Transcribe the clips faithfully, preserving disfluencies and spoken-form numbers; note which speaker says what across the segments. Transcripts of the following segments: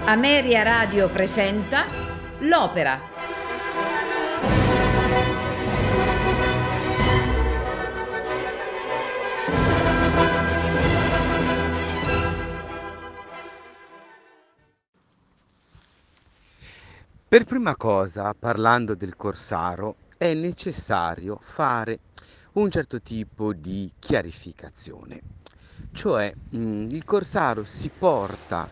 Speaker 1: Ameria Radio presenta L'Opera.
Speaker 2: Per prima cosa, parlando del Corsaro, è necessario fare un certo tipo di chiarificazione. Cioè, mh, il Corsaro si porta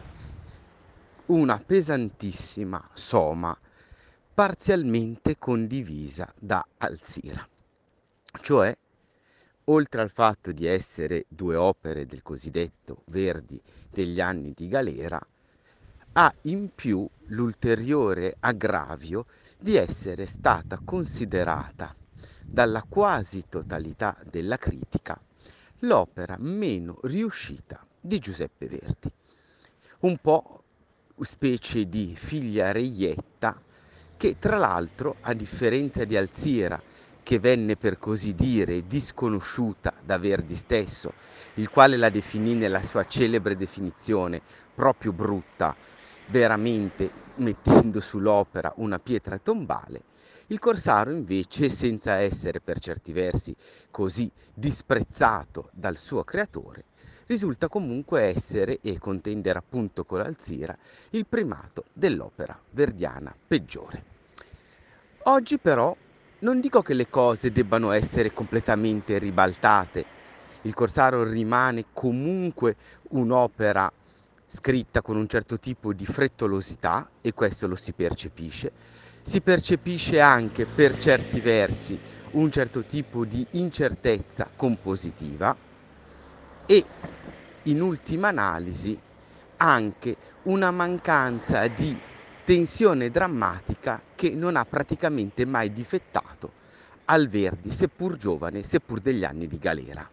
Speaker 2: una pesantissima soma parzialmente condivisa da Alzira. Cioè, oltre al fatto di essere due opere del cosiddetto Verdi degli anni di galera, ha in più l'ulteriore aggravio di essere stata considerata dalla quasi totalità della critica l'opera meno riuscita di Giuseppe Verdi. Un po' specie di figlia reietta che, tra l'altro, a differenza di Alzira, che venne per così dire disconosciuta da Verdi stesso, il quale la definì nella sua celebre definizione proprio brutta, veramente mettendo sull'opera una pietra tombale, il Corsaro invece, senza essere per certi versi così disprezzato dal suo creatore, risulta comunque essere, e contendere appunto con Alzira, il primato dell'opera verdiana peggiore. Oggi però non dico che le cose debbano essere completamente ribaltate. Il Corsaro rimane comunque un'opera scritta con un certo tipo di frettolosità, e questo lo si percepisce. Si percepisce anche per certi versi un certo tipo di incertezza compositiva e, in ultima analisi, anche una mancanza di tensione drammatica che non ha praticamente mai difettato al Verdi, seppur giovane, seppur degli anni di galera.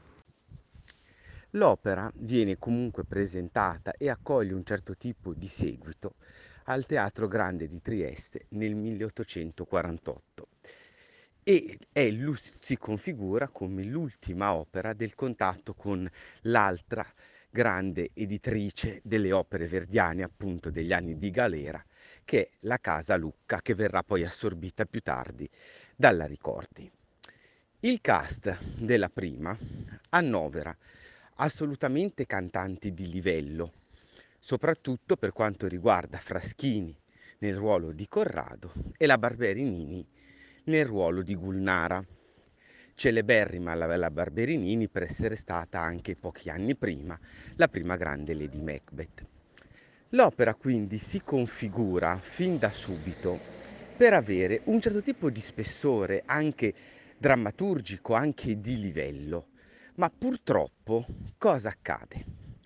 Speaker 2: L'opera viene comunque presentata e accoglie un certo tipo di seguito al Teatro Grande di Trieste nel milleottocentoquarantotto e è, si configura come l'ultima opera del contatto con l'altra grande editrice delle opere verdiane, appunto degli anni di galera, che è la Casa Lucca, che verrà poi assorbita più tardi dalla Ricordi. Il cast della prima annovera assolutamente cantanti di livello, soprattutto per quanto riguarda Fraschini nel ruolo di Corrado e la Barberinini nel ruolo di Gulnara, celeberrima la, la Barberinini per essere stata anche pochi anni prima la prima grande Lady Macbeth. L'opera quindi si configura fin da subito per avere un certo tipo di spessore anche drammaturgico, anche di livello, ma purtroppo cosa accade?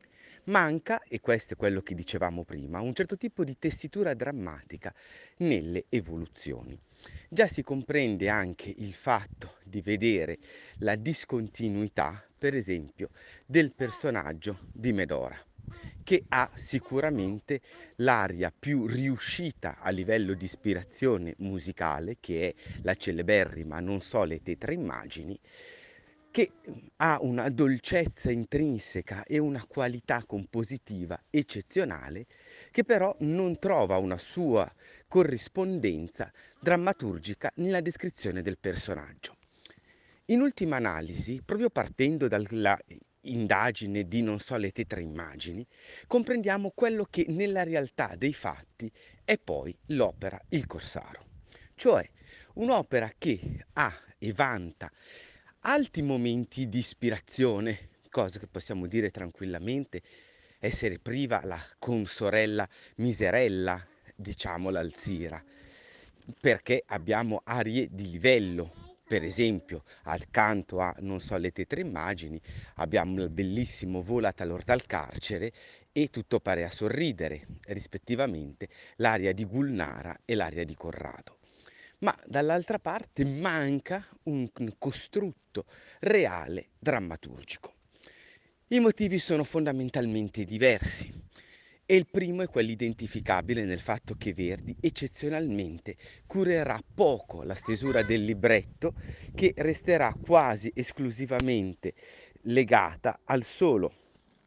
Speaker 2: Manca, e questo è quello che dicevamo prima, un certo tipo di tessitura drammatica nelle evoluzioni. Già si comprende anche il fatto di vedere la discontinuità, per esempio, del personaggio di Medora, che ha sicuramente l'aria più riuscita a livello di ispirazione musicale, che è la celeberrima Non so le tetre immagini, che ha una dolcezza intrinseca e una qualità compositiva eccezionale, che però non trova una sua corrispondenza drammaturgica nella descrizione del personaggio. In ultima analisi, proprio partendo dalla indagine di Non so le tetre immagini, comprendiamo quello che nella realtà dei fatti è poi l'opera Il Corsaro, cioè un'opera che ha e vanta alti momenti di ispirazione, cosa che possiamo dire tranquillamente essere priva la consorella Miserella, diciamo l'Alzira, perché abbiamo arie di livello. Per esempio, accanto a Non so le tetre immagini, abbiamo il bellissimo Volata lor dal carcere e Tutto pare a sorridere, rispettivamente l'aria di Gulnara e l'aria di Corrado. Ma dall'altra parte manca un costrutto reale drammaturgico. I motivi sono fondamentalmente diversi e il primo è quello identificabile nel fatto che Verdi eccezionalmente curerà poco la stesura del libretto, che resterà quasi esclusivamente legata al solo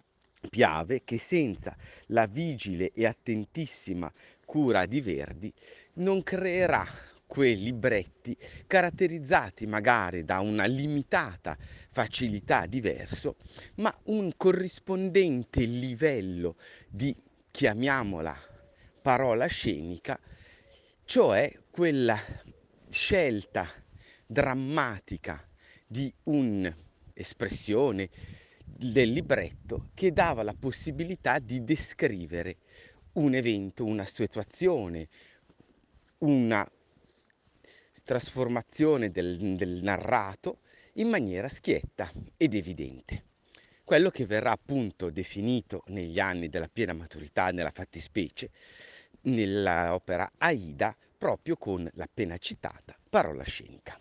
Speaker 2: Piave che senza la vigile e attentissima cura di Verdi non creerà quei libretti caratterizzati magari da una limitata facilità di verso, ma un corrispondente livello di, chiamiamola, parola scenica, cioè quella scelta drammatica di un'espressione del libretto che dava la possibilità di descrivere un evento, una situazione, una trasformazione del, del narrato in maniera schietta ed evidente. Quello che verrà appunto definito negli anni della piena maturità nella fattispecie, nell'opera Aida, proprio con l'appena citata parola scenica.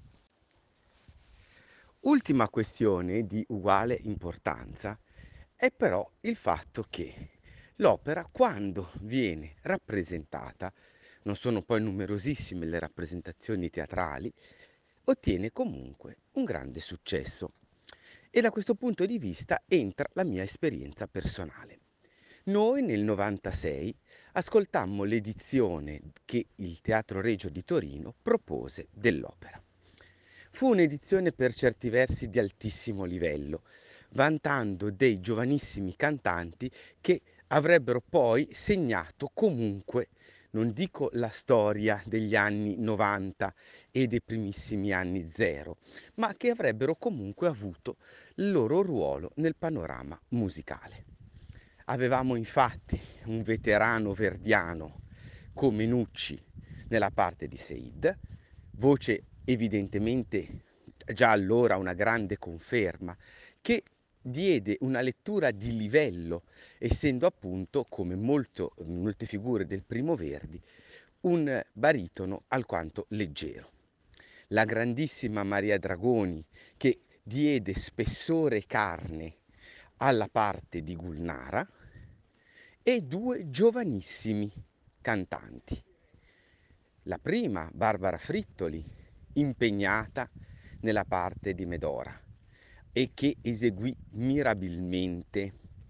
Speaker 2: Ultima questione di uguale importanza è però il fatto che l'opera, quando viene rappresentata, non sono poi numerosissime le rappresentazioni teatrali, ottiene comunque un grande successo. E da questo punto di vista entra la mia esperienza personale. Noi nel novantasei ascoltammo l'edizione che il Teatro Regio di Torino propose dell'opera. Fu un'edizione per certi versi di altissimo livello, vantando dei giovanissimi cantanti che avrebbero poi segnato comunque, non dico la storia degli anni novanta e dei primissimi anni zero, ma che avrebbero comunque avuto il loro ruolo nel panorama musicale. Avevamo infatti un veterano verdiano come Nucci nella parte di Seid, voce evidentemente già allora una grande conferma, che diede una lettura di livello, essendo appunto, come molto, molte figure del primo Verdi, un baritono alquanto leggero. La grandissima Maria Dragoni, che diede spessore e carne alla parte di Gulnara, e due giovanissimi cantanti. La prima, Barbara Frittoli, impegnata nella parte di Medora e che eseguì mirabilmente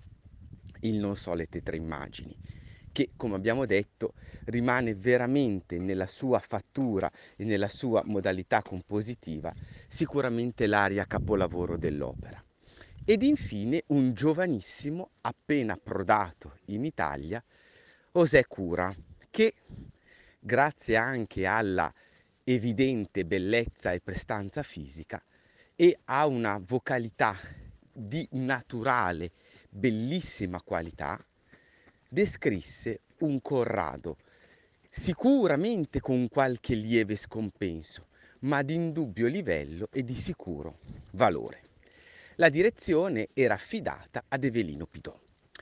Speaker 2: il Non so le tetre immagini, che come abbiamo detto rimane veramente nella sua fattura e nella sua modalità compositiva sicuramente l'aria capolavoro dell'opera. Ed infine un giovanissimo appena approdato in Italia, José Cura, che grazie anche alla evidente bellezza e prestanza fisica e a una vocalità di naturale bellissima qualità, descrisse un Corrado sicuramente con qualche lieve scompenso, ma di indubbio livello e di sicuro valore. La direzione era affidata ad Evelino Pidot.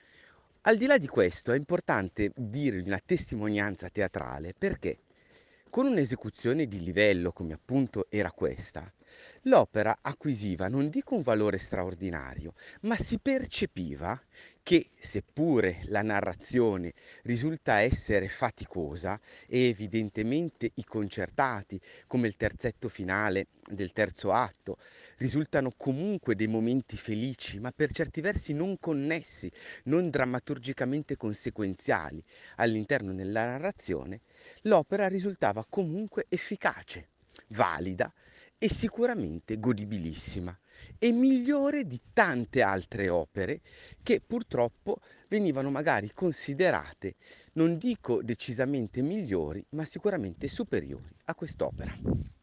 Speaker 2: Al di là di questo è importante dire una testimonianza teatrale perché con un'esecuzione di livello come appunto era questa, l'opera acquisiva non dico un valore straordinario, ma si percepiva che, seppure la narrazione risulta essere faticosa e evidentemente i concertati, come il terzetto finale del terzo atto, risultano comunque dei momenti felici, ma per certi versi non connessi, non drammaturgicamente conseguenziali all'interno della narrazione, l'opera risultava comunque efficace, valida e sicuramente godibilissima e migliore di tante altre opere che purtroppo venivano magari considerate, non dico decisamente migliori, ma sicuramente superiori a quest'opera.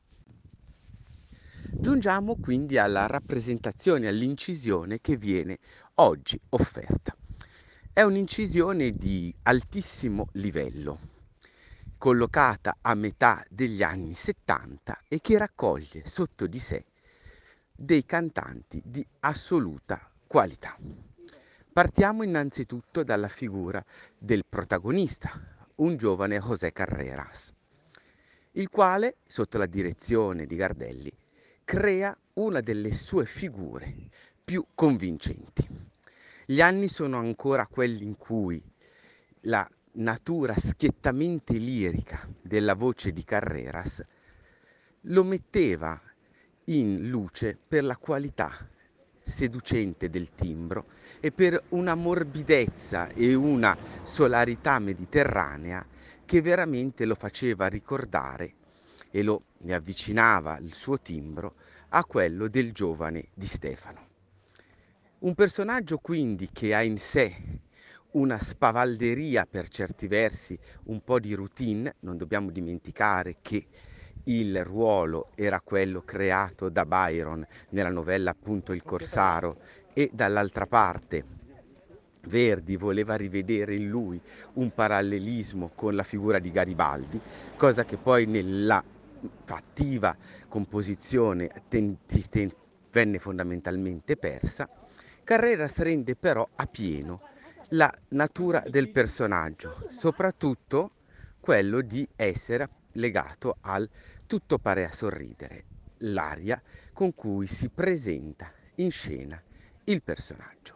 Speaker 2: Giungiamo quindi alla rappresentazione, all'incisione che viene oggi offerta. È un'incisione di altissimo livello, collocata a metà degli anni settanta e che raccoglie sotto di sé dei cantanti di assoluta qualità. Partiamo innanzitutto dalla figura del protagonista, un giovane José Carreras, il quale, sotto la direzione di Gardelli, crea una delle sue figure più convincenti. Gli anni sono ancora quelli in cui la natura schiettamente lirica della voce di Carreras lo metteva in luce per la qualità seducente del timbro e per una morbidezza e una solarità mediterranea che veramente lo faceva ricordare e lo ne avvicinava il suo timbro a quello del giovane Di Stefano. Un personaggio quindi che ha in sé una spavalderia, per certi versi un po' di routine. Non dobbiamo dimenticare che il ruolo era quello creato da Byron nella novella appunto Il Corsaro, e dall'altra parte Verdi voleva rivedere in lui un parallelismo con la figura di Garibaldi, cosa che poi nella fattiva composizione ten- ten- venne fondamentalmente persa. Carreras rende però appieno la natura del personaggio, soprattutto quello di essere legato al tutto pare a sorridere, l'aria con cui si presenta in scena il personaggio.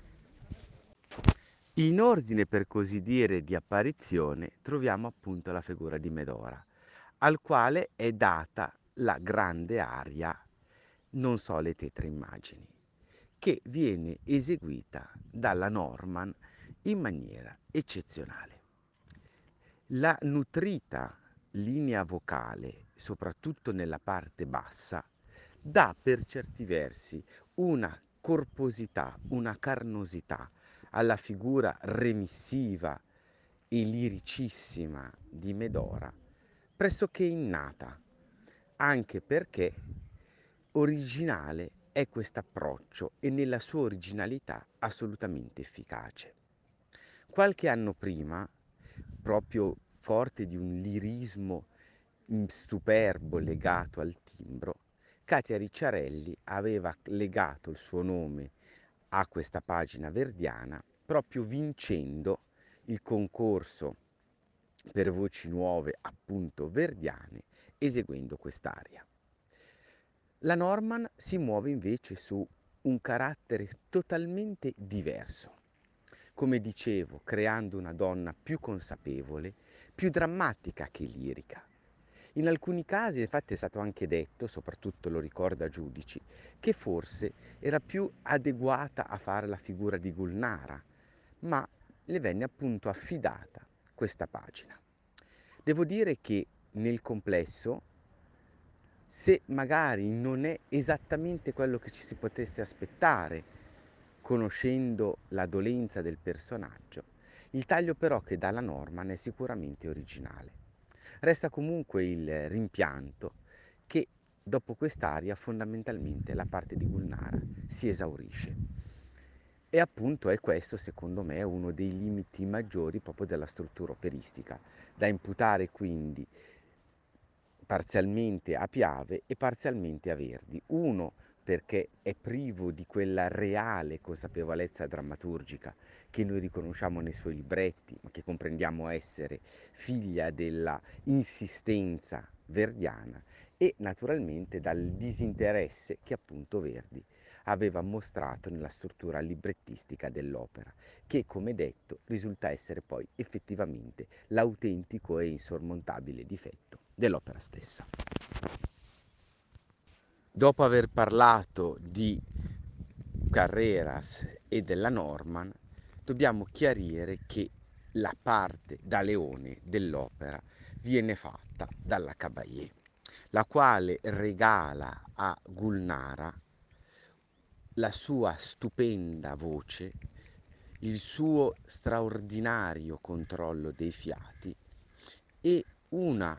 Speaker 2: In ordine, per così dire, di apparizione troviamo appunto la figura di Medora, al quale è data la grande aria Non so le te tre immagini, che viene eseguita dalla Norman in maniera eccezionale. La nutrita linea vocale, soprattutto nella parte bassa, dà per certi versi una corposità, una carnosità alla figura remissiva e liricissima di Medora, pressoché innata, anche perché originale è questo approccio e nella sua originalità assolutamente efficace. Qualche anno prima, proprio forte di un lirismo superbo legato al timbro, Katia Ricciarelli aveva legato il suo nome a questa pagina verdiana proprio vincendo il concorso per voci nuove, appunto verdiane, eseguendo quest'aria. La Norman si muove invece su un carattere totalmente diverso, come dicevo, creando una donna più consapevole, più drammatica che lirica. In alcuni casi, infatti, è stato anche detto, soprattutto lo ricorda Giudici, che forse era più adeguata a fare la figura di Gulnara, ma le venne appunto affidata questa pagina. Devo dire che nel complesso, se magari non è esattamente quello che ci si potesse aspettare, conoscendo la dolenza del personaggio, il taglio però che dà la Norman è sicuramente originale. Resta comunque il rimpianto che dopo quest'aria fondamentalmente la parte di Gulnara si esaurisce. E appunto è questo, secondo me, uno dei limiti maggiori proprio della struttura operistica, da imputare quindi parzialmente a Piave e parzialmente a Verdi. Uno perché è privo di quella reale consapevolezza drammaturgica che noi riconosciamo nei suoi libretti, ma che comprendiamo essere figlia della insistenza verdiana, e naturalmente dal disinteresse che appunto Verdi aveva mostrato nella struttura librettistica dell'opera, che, come detto, risulta essere poi effettivamente l'autentico e insormontabile difetto dell'opera stessa. Dopo aver parlato di Carreras e della Norman, dobbiamo chiarire che la parte da leone dell'opera viene fatta dalla Caballé, la quale regala a Gulnara la sua stupenda voce, il suo straordinario controllo dei fiati e una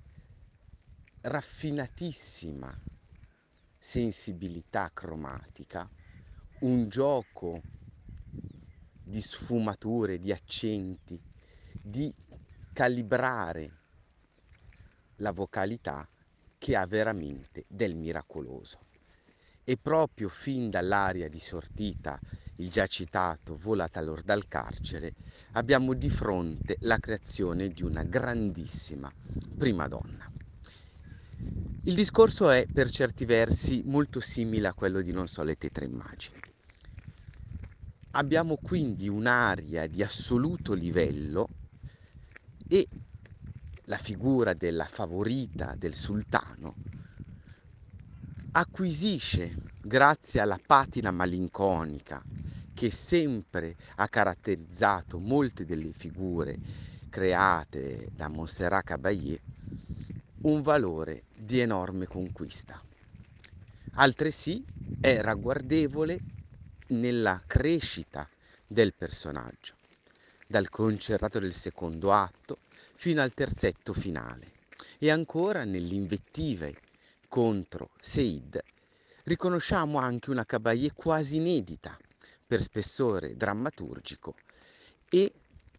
Speaker 2: raffinatissima sensibilità cromatica, un gioco di sfumature, di accenti, di calibrare la vocalità che ha veramente del miracoloso. E proprio fin dall'aria di sortita, il già citato Vola talor dal carcere, abbiamo di fronte la creazione di una grandissima prima donna. Il discorso è per certi versi molto simile a quello di Non so le te tre immagini. Abbiamo quindi un'aria di assoluto livello e la figura della favorita del sultano acquisisce, grazie alla patina malinconica che sempre ha caratterizzato molte delle figure create da Montserrat Caballé, un valore di enorme conquista. Altresì è ragguardevole nella crescita del personaggio, dal concertato del secondo atto fino al terzetto finale, e ancora nelle invettive contro Seid riconosciamo anche una Caballé quasi inedita per spessore drammaturgico e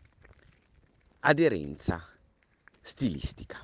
Speaker 2: aderenza stilistica.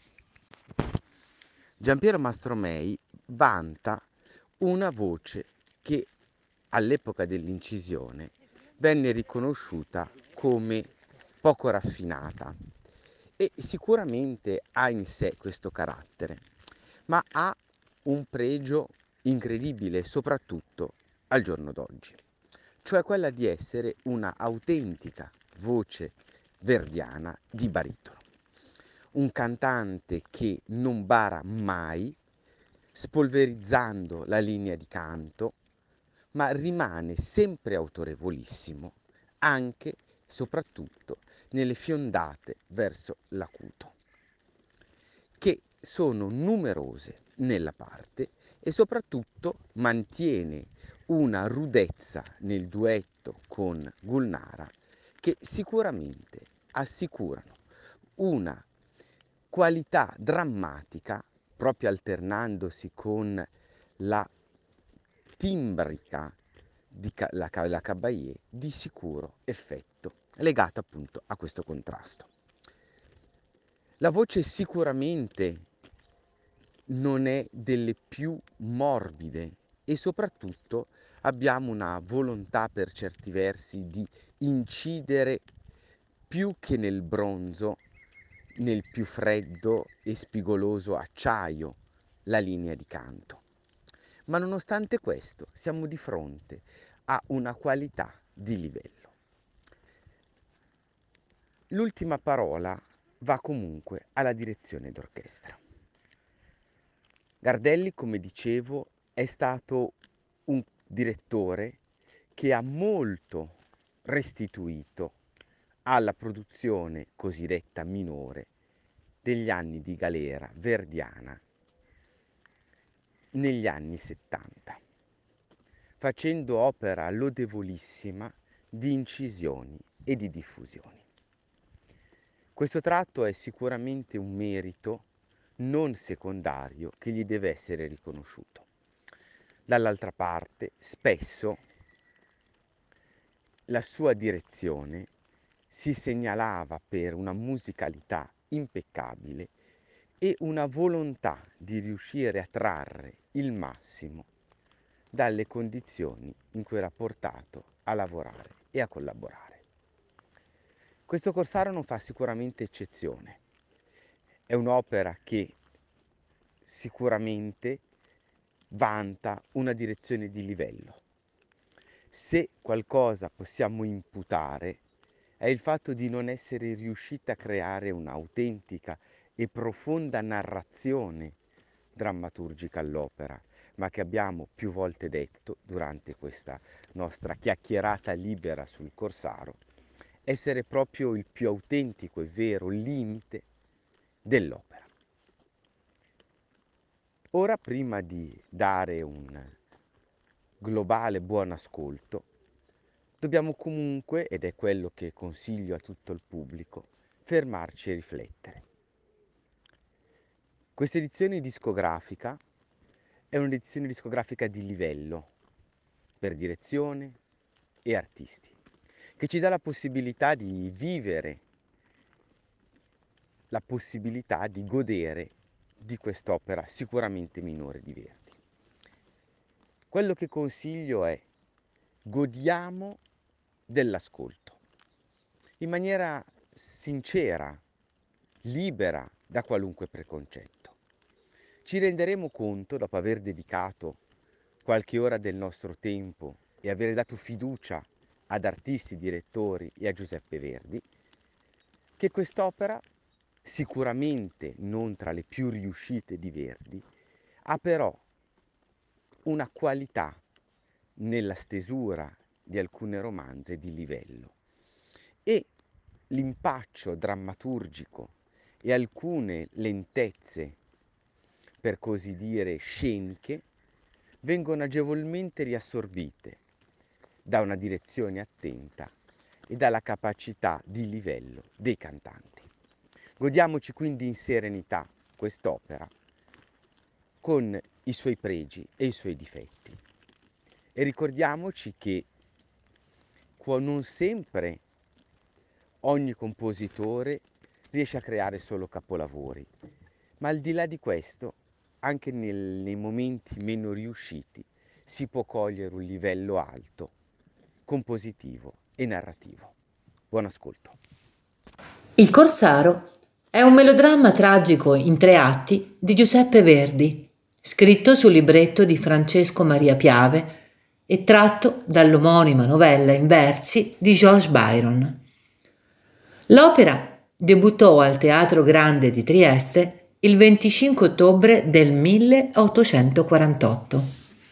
Speaker 2: Giampiero Mastromei vanta una voce che all'epoca dell'incisione venne riconosciuta come poco raffinata e sicuramente ha in sé questo carattere, ma ha un pregio incredibile soprattutto al giorno d'oggi, cioè quella di essere una autentica voce verdiana di baritono. Un cantante che non bara mai, spolverizzando la linea di canto, ma rimane sempre autorevolissimo, anche e soprattutto nelle fiondate verso l'acuto, che sono numerose nella parte e soprattutto mantiene una rudezza nel duetto con Gulnara che sicuramente assicurano una qualità drammatica, proprio alternandosi con la timbrica di ca- la, ca- la Caballé, di sicuro effetto, legata appunto a questo contrasto. La voce sicuramente non è delle più morbide e soprattutto abbiamo una volontà per certi versi di incidere più che nel bronzo, nel più freddo e spigoloso acciaio, la linea di canto. Ma nonostante questo siamo di fronte a una qualità di livello. L'ultima parola va comunque alla direzione d'orchestra. Gardelli, come dicevo, è stato un direttore che ha molto restituito alla produzione cosiddetta minore degli anni di galera verdiana negli anni settanta, facendo opera lodevolissima di incisioni e di diffusioni. Questo tratto è sicuramente un merito non secondario che gli deve essere riconosciuto. Dall'altra parte, spesso la sua direzione si segnalava per una musicalità impeccabile e una volontà di riuscire a trarre il massimo dalle condizioni in cui era portato a lavorare e a collaborare. Questo Corsaro non fa sicuramente eccezione. È un'opera che sicuramente vanta una direzione di livello. Se qualcosa possiamo imputare è il fatto di non essere riuscita a creare un'autentica e profonda narrazione drammaturgica all'opera, ma che abbiamo più volte detto durante questa nostra chiacchierata libera sul Corsaro, essere proprio il più autentico e vero limite dell'opera. Ora, prima di dare un globale buon ascolto, dobbiamo comunque, ed è quello che consiglio a tutto il pubblico, fermarci e riflettere. Questa edizione discografica è un'edizione discografica di livello, per direzione e artisti, che ci dà la possibilità di vivere, la possibilità di godere di quest'opera sicuramente minore di Verdi. Quello che consiglio è: godiamo dell'ascolto, in maniera sincera, libera da qualunque preconcetto. Ci renderemo conto, dopo aver dedicato qualche ora del nostro tempo e aver dato fiducia ad artisti, direttori e a Giuseppe Verdi, che quest'opera, sicuramente non tra le più riuscite di Verdi, ha però una qualità nella stesura di alcune romanze di livello e l'impaccio drammaturgico e alcune lentezze, per così dire, sceniche, vengono agevolmente riassorbite da una direzione attenta e dalla capacità di livello dei cantanti. Godiamoci quindi in serenità quest'opera con i suoi pregi e i suoi difetti e ricordiamoci che non sempre ogni compositore riesce a creare solo capolavori, ma al di là di questo, anche nel, nei momenti meno riusciti, si può cogliere un livello alto, compositivo e narrativo. Buon ascolto.
Speaker 3: Il Corsaro è un melodramma tragico in tre atti di Giuseppe Verdi, scritto sul libretto di Francesco Maria Piave e tratto dall'omonima novella in versi di George Byron. L'opera debuttò al Teatro Grande di Trieste il venticinque ottobre del milleottocentoquarantotto.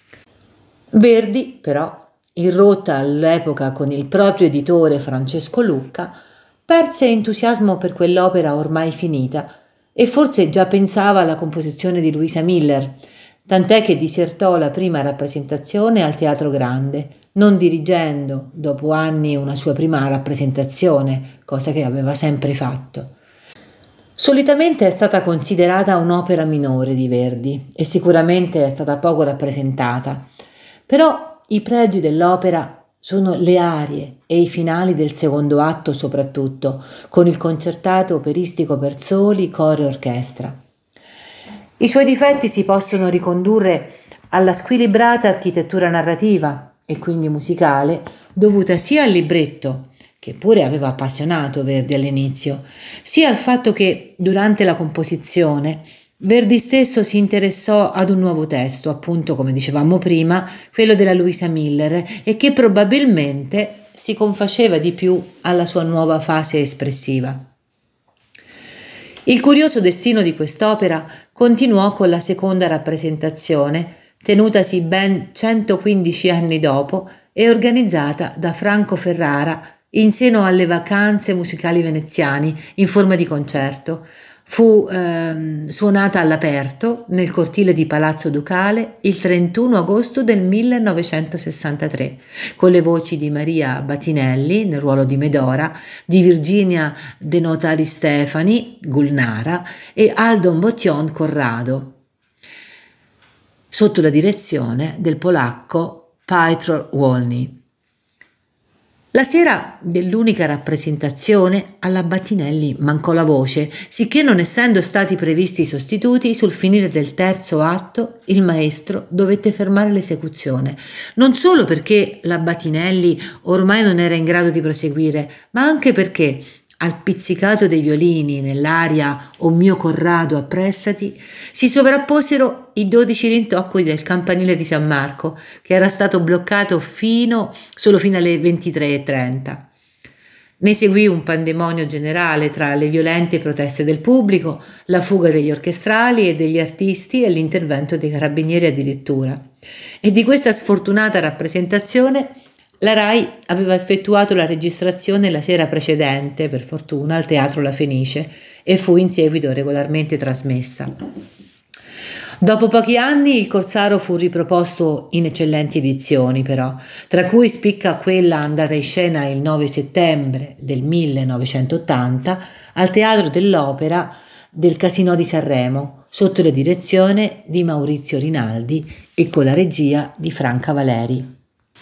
Speaker 3: Verdi, però, in rotta all'epoca con il proprio editore Francesco Lucca, perse entusiasmo per quell'opera ormai finita e forse già pensava alla composizione di Luisa Miller, tant'è che disertò la prima rappresentazione al Teatro Grande, non dirigendo dopo anni una sua prima rappresentazione, cosa che aveva sempre fatto. Solitamente è stata considerata un'opera minore di Verdi e sicuramente è stata poco rappresentata, però i pregi dell'opera sono le arie e i finali del secondo atto soprattutto, con il concertato operistico per soli, coro e orchestra. I suoi difetti si possono ricondurre alla squilibrata architettura narrativa e quindi musicale dovuta sia al libretto, che pure aveva appassionato Verdi all'inizio, sia al fatto che durante la composizione Verdi stesso si interessò ad un nuovo testo, appunto come dicevamo prima, quello della Luisa Miller, e che probabilmente si confaceva di più alla sua nuova fase espressiva. Il curioso destino di quest'opera continuò con la seconda rappresentazione, tenutasi ben centoquindici anni dopo e organizzata da Franco Ferrara in seno alle vacanze musicali veneziani in forma di concerto. Fu ehm, suonata all'aperto nel cortile di Palazzo Ducale il trentuno agosto del millenovecentosessantatré, con le voci di Maria Batinelli nel ruolo di Medora, di Virginia De Notari Stefani, Gulnara, e Aldo Mbottion Corrado, sotto la direzione del polacco Piotr Wolny. La sera dell'unica rappresentazione alla Batinelli mancò la voce, sicché non essendo stati previsti sostituti, sul finire del terzo atto il maestro dovette fermare l'esecuzione, non solo perché la Batinelli ormai non era in grado di proseguire, ma anche perché al pizzicato dei violini nell'aria "O mio Corrado, appressati" si sovrapposero i dodici rintocchi del campanile di San Marco, che era stato bloccato fino, solo fino alle ventitré e trenta. Ne seguì un pandemonio generale tra le violente proteste del pubblico, la fuga degli orchestrali e degli artisti e l'intervento dei carabinieri addirittura. E di questa sfortunata rappresentazione la RAI aveva effettuato la registrazione la sera precedente, per fortuna, al Teatro La Fenice, e fu in seguito regolarmente trasmessa. Dopo pochi anni il Corsaro fu riproposto in eccellenti edizioni, però, tra cui spicca quella andata in scena il nove settembre del millenovecentottanta al Teatro dell'Opera del Casinò di Sanremo, sotto la direzione di Maurizio Rinaldi e con la regia di Franca Valeri.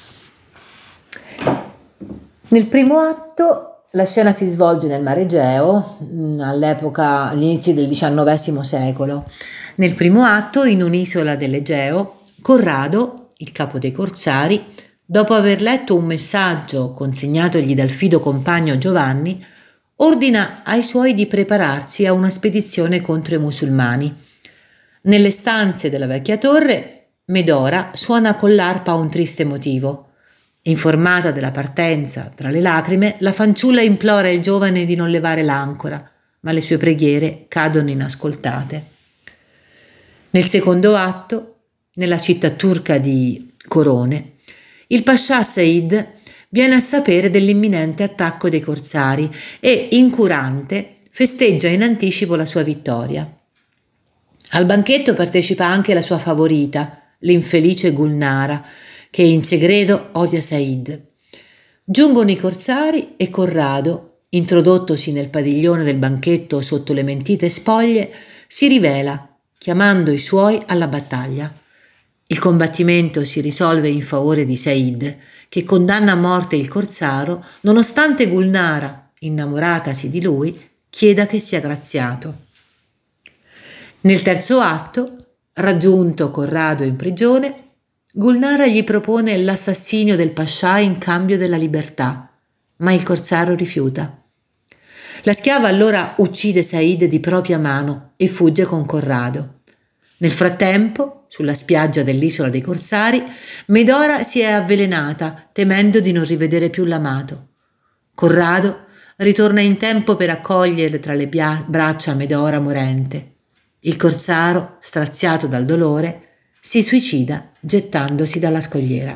Speaker 3: Nel primo atto la scena si svolge nel Mar Egeo, all'epoca, agli inizi del diciannovesimo secolo. Nel primo atto, in un'isola dell'Egeo, Corrado, il capo dei corsari, dopo aver letto un messaggio consegnatogli dal fido compagno Giovanni, ordina ai suoi di prepararsi a una spedizione contro i musulmani. Nelle stanze della vecchia torre, Medora suona con l'arpa un triste motivo. Informata della partenza, tra le lacrime, la fanciulla implora il giovane di non levare l'ancora, ma le sue preghiere cadono inascoltate. Nel secondo atto, nella città turca di Corone, il pascià Said viene a sapere dell'imminente attacco dei corsari e, incurante, festeggia in anticipo la sua vittoria. Al banchetto partecipa anche la sua favorita, l'infelice Gulnara, che in segreto odia Said. Giungono i corsari e Corrado, introdottosi nel padiglione del banchetto sotto le mentite spoglie, si rivela, chiamando i suoi alla battaglia. Il combattimento si risolve in favore di Said, che condanna a morte il corsaro, nonostante Gulnara, innamoratasi di lui, chieda che sia graziato. Nel terzo atto, raggiunto Corrado in prigione, Gulnara gli propone l'assassinio del pascià in cambio della libertà, ma il corsaro rifiuta. La schiava allora uccide Said di propria mano e fugge con Corrado. Nel frattempo, sulla spiaggia dell'isola dei corsari, Medora si è avvelenata, temendo di non rivedere più l'amato. Corrado ritorna in tempo per accogliere tra le bia- braccia Medora morente. Il corsaro, straziato dal dolore, si suicida gettandosi dalla scogliera.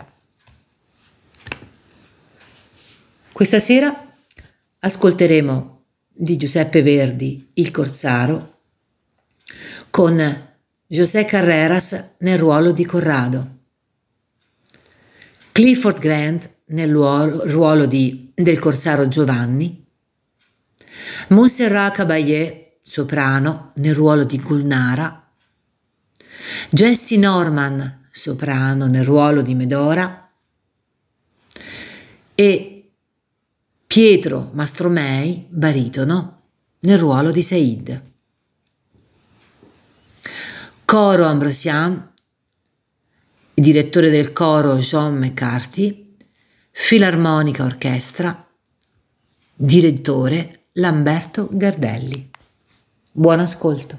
Speaker 3: Questa sera ascolteremo di Giuseppe Verdi Il corsaro con José Carreras nel ruolo di Corrado, Clifford Grant nel ruolo di, del corsaro Giovanni, Montserrat Caballé, soprano, nel ruolo di Gulnara, Jessie Norman, soprano, nel ruolo di Medora, e Pietro Mastromei, baritono, nel ruolo di Said. Coro Ambrosian, direttore del coro John McCarthy, Filarmonica Orchestra, direttore Lamberto Gardelli. Buon ascolto.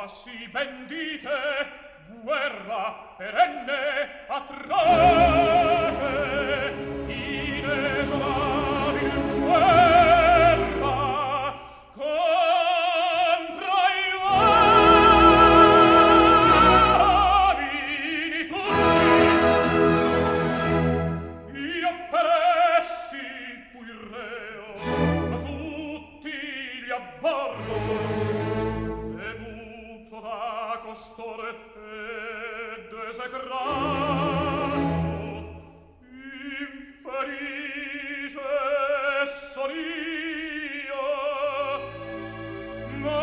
Speaker 4: sì ben dite, guerra perenne, atroce, inesorabil guerra contro gli uomini tutti. Io per essi fui reo, ma tutti li abborro, temuto da costore ed esecrato, infelice son io, ma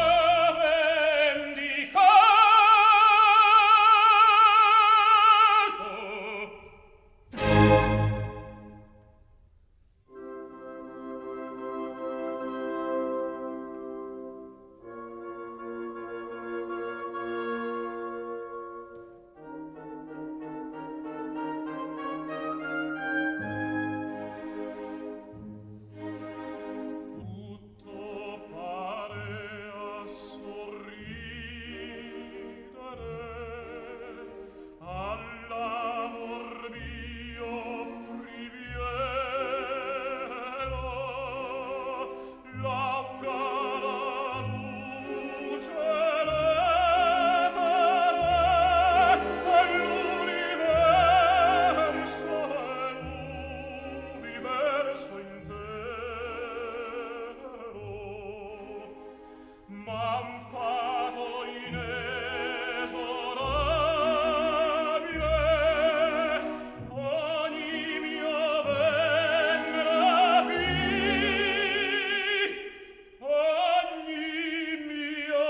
Speaker 4: vendicato. Tutto parea sorridere all'amor mio priviero, l'aurora luce levere all'universo e l'universo intero, m'han fatto inesorabile ogni mio ben rapì, ogni mio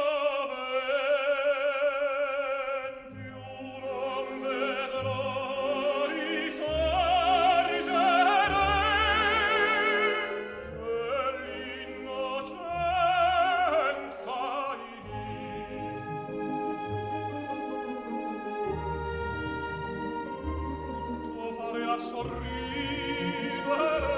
Speaker 4: ben più non vedrò risorgere quell'innocenza in tutto parea sorridere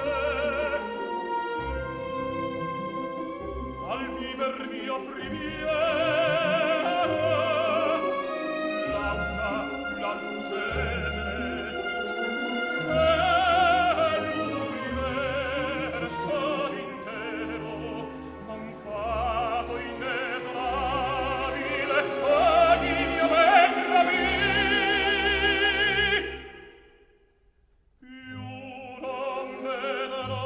Speaker 4: al viver mio priviero, l'aura, la luce e l'universo intero, m'han fatto inesorabile ogni mio ben rapì, più non vedrò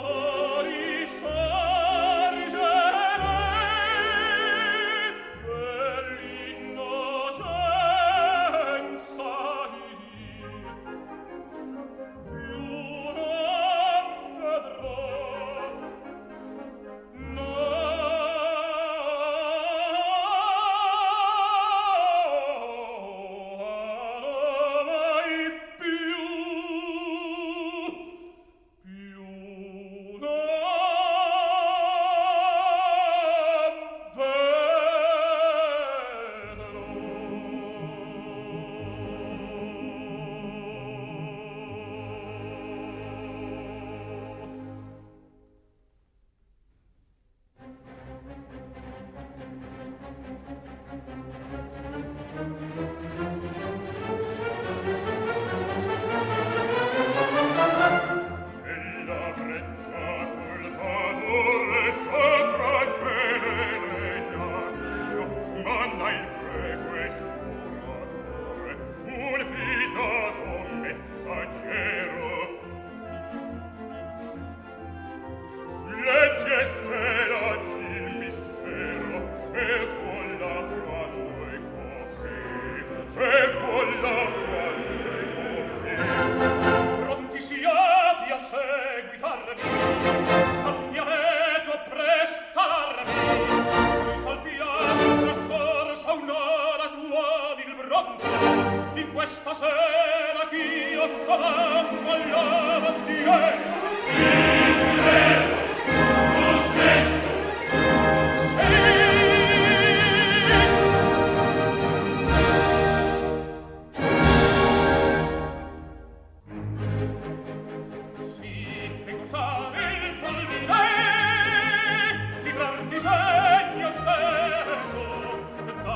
Speaker 4: risorgere quell'innocenza di Dio, più non vedrò, no, mai più, più non ella brezza col favore sopra cielo regna mio, manna il prego e spuratore, un fidato messaggero. Leggi e svelaci il mistero, e con la brando e copri, e con la brando e copri. Pronti siate a seguitarmi, cambiamento a prestarmi, risolviamo trascorsa un'ora tuoni il bronzo, in questa sera ch'io comando alla bandiera. Tu stesso, sì, e gozare il fulmine, vibrar disegno steso, da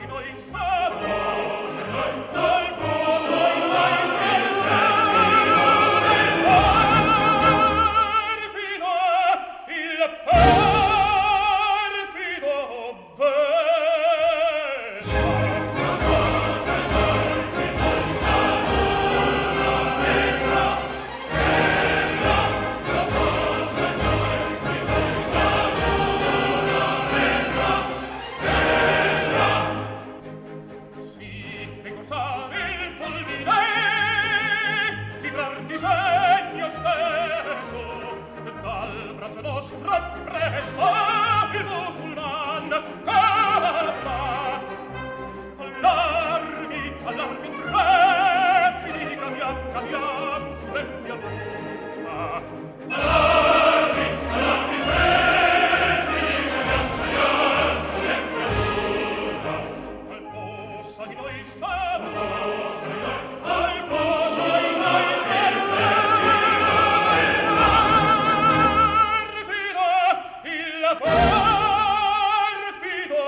Speaker 4: Perfido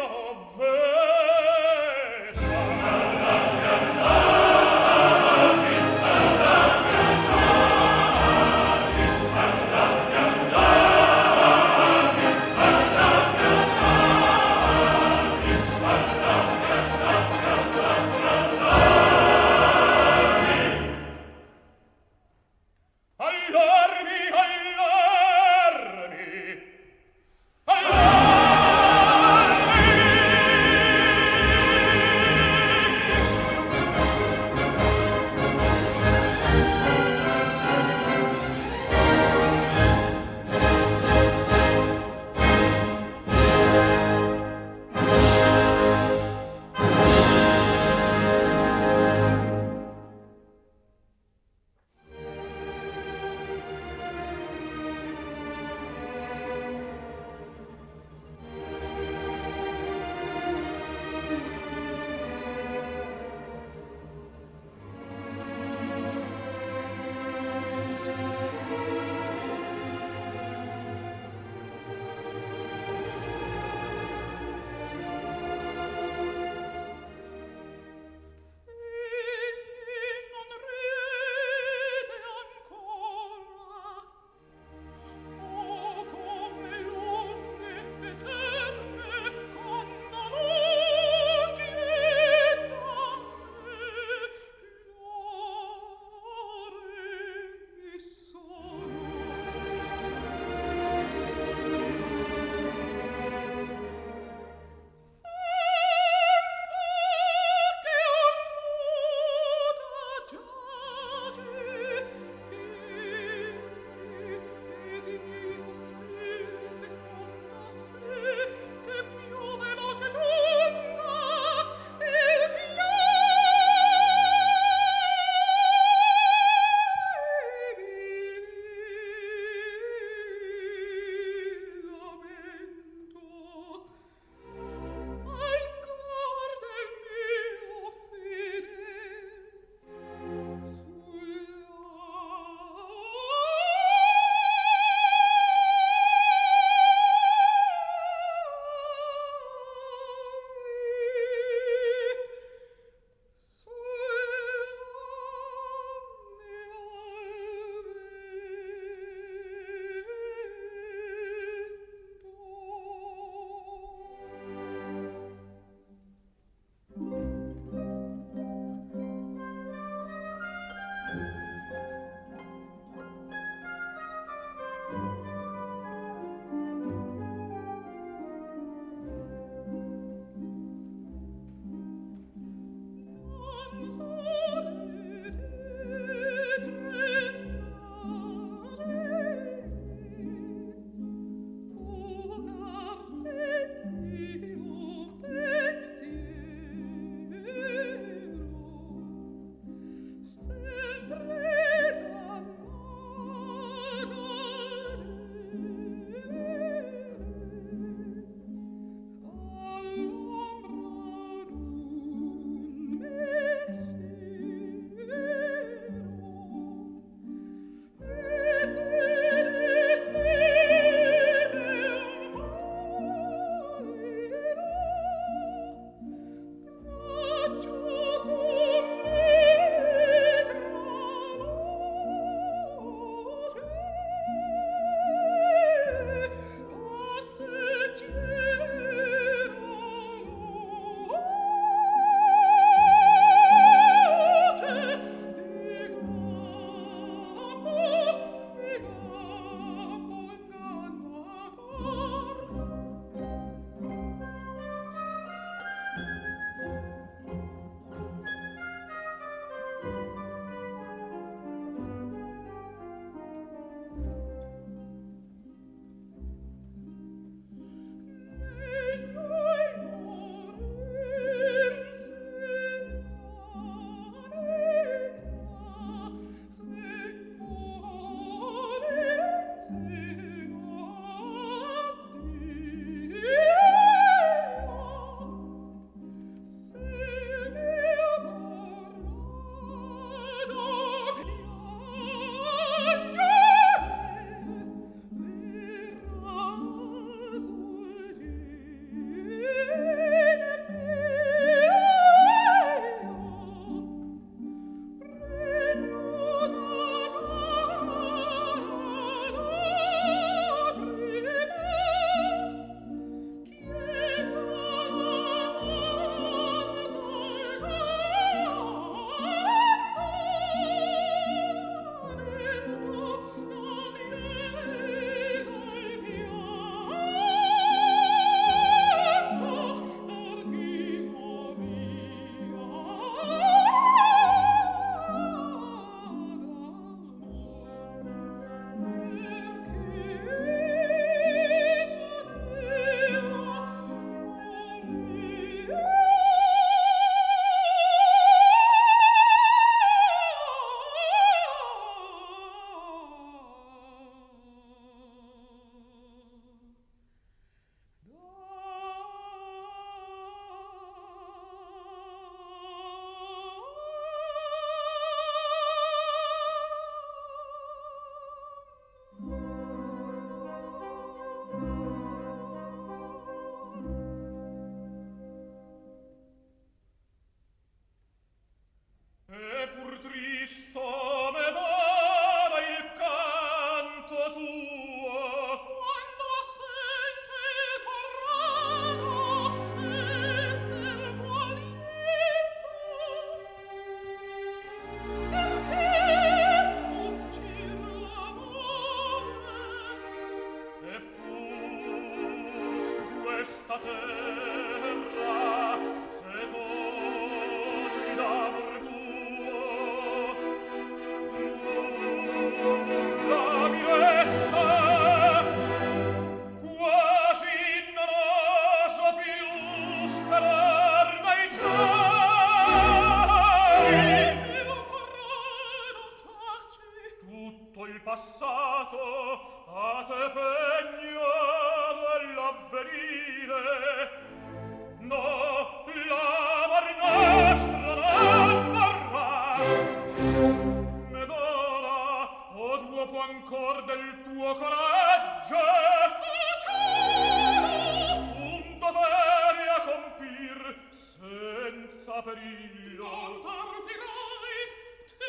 Speaker 4: senza periglio.
Speaker 5: Non partirai, ti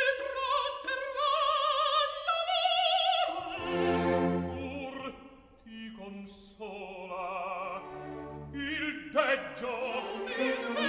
Speaker 5: tratterrai l'amore.
Speaker 4: Pur ti consola il deggio.
Speaker 5: Il deggio.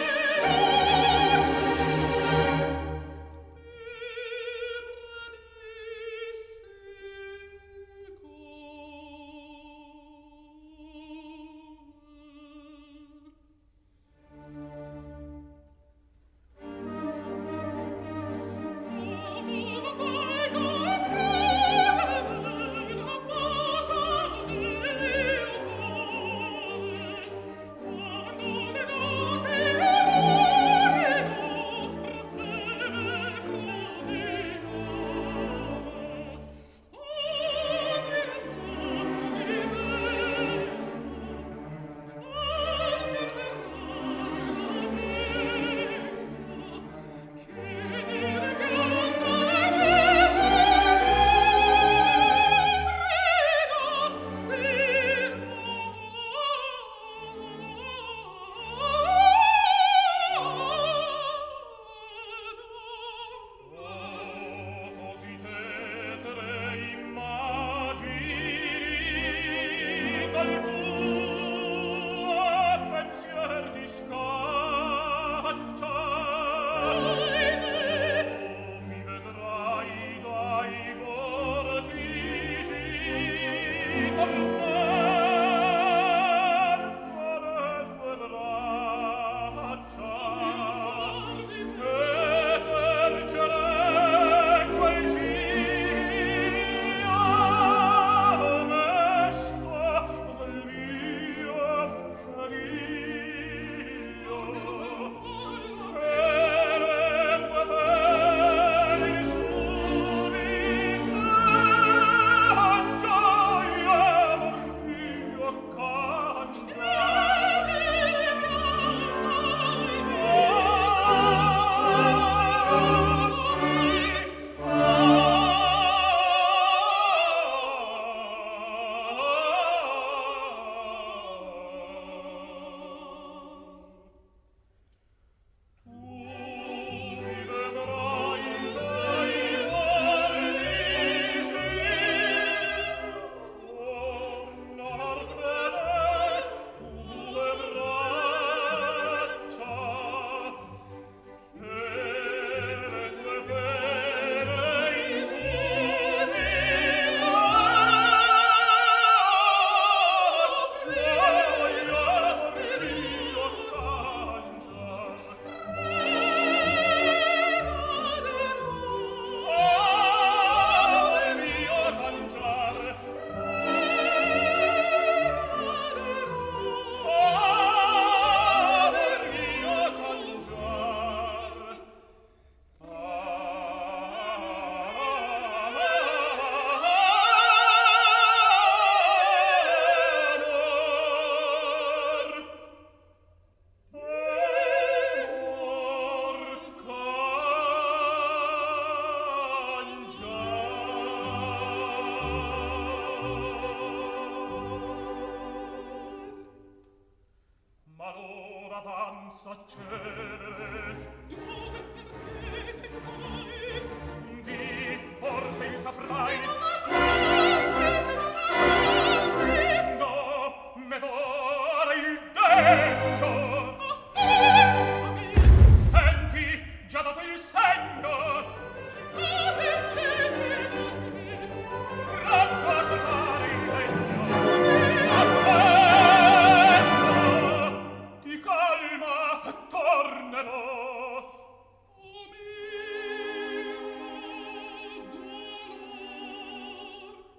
Speaker 4: s'accelere.
Speaker 5: Dove, perché, che vuoi?
Speaker 4: Di forse il saprai.
Speaker 5: Non lasciarmi, non lasciarmi.
Speaker 4: No, me d'ora il deggio.
Speaker 5: Aspettami.
Speaker 4: Senti, già dato il segno.
Speaker 5: Dove, che vuoi?
Speaker 4: Pronto a salvare il legno. Ti calma, tornerò.
Speaker 5: O mio dolor,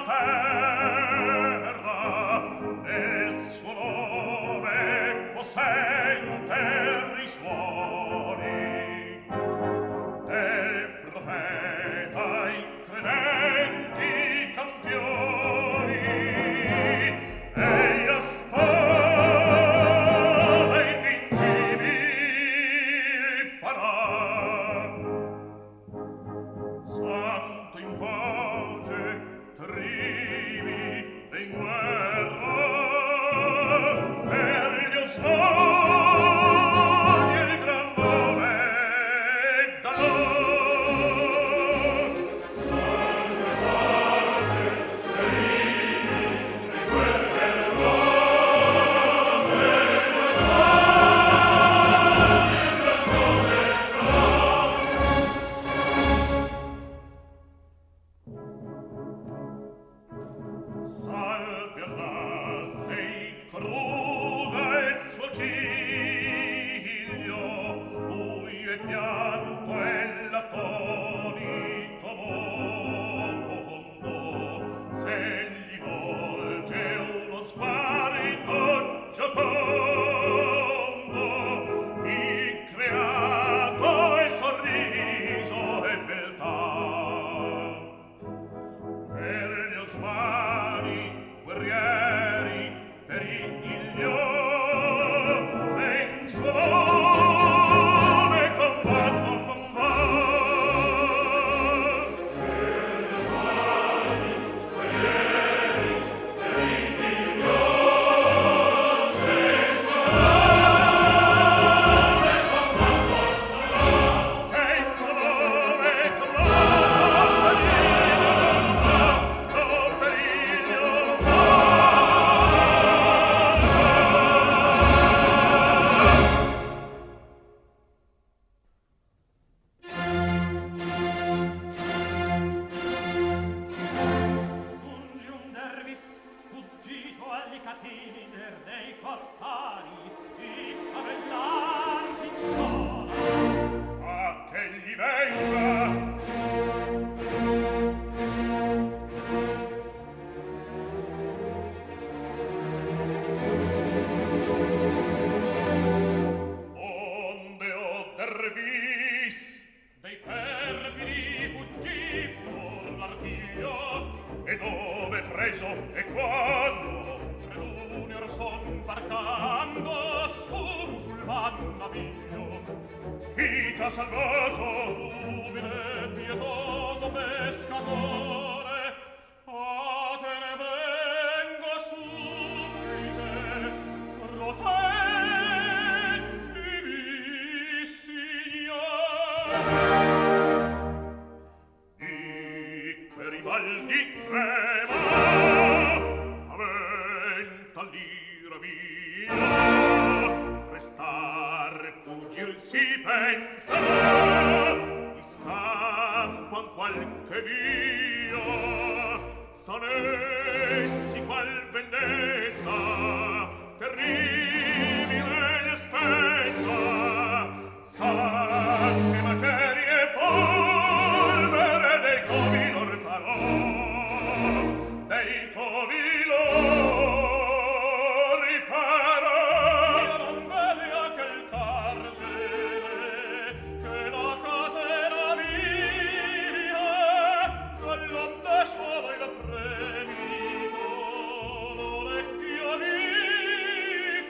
Speaker 4: Fremito l'orecchio mi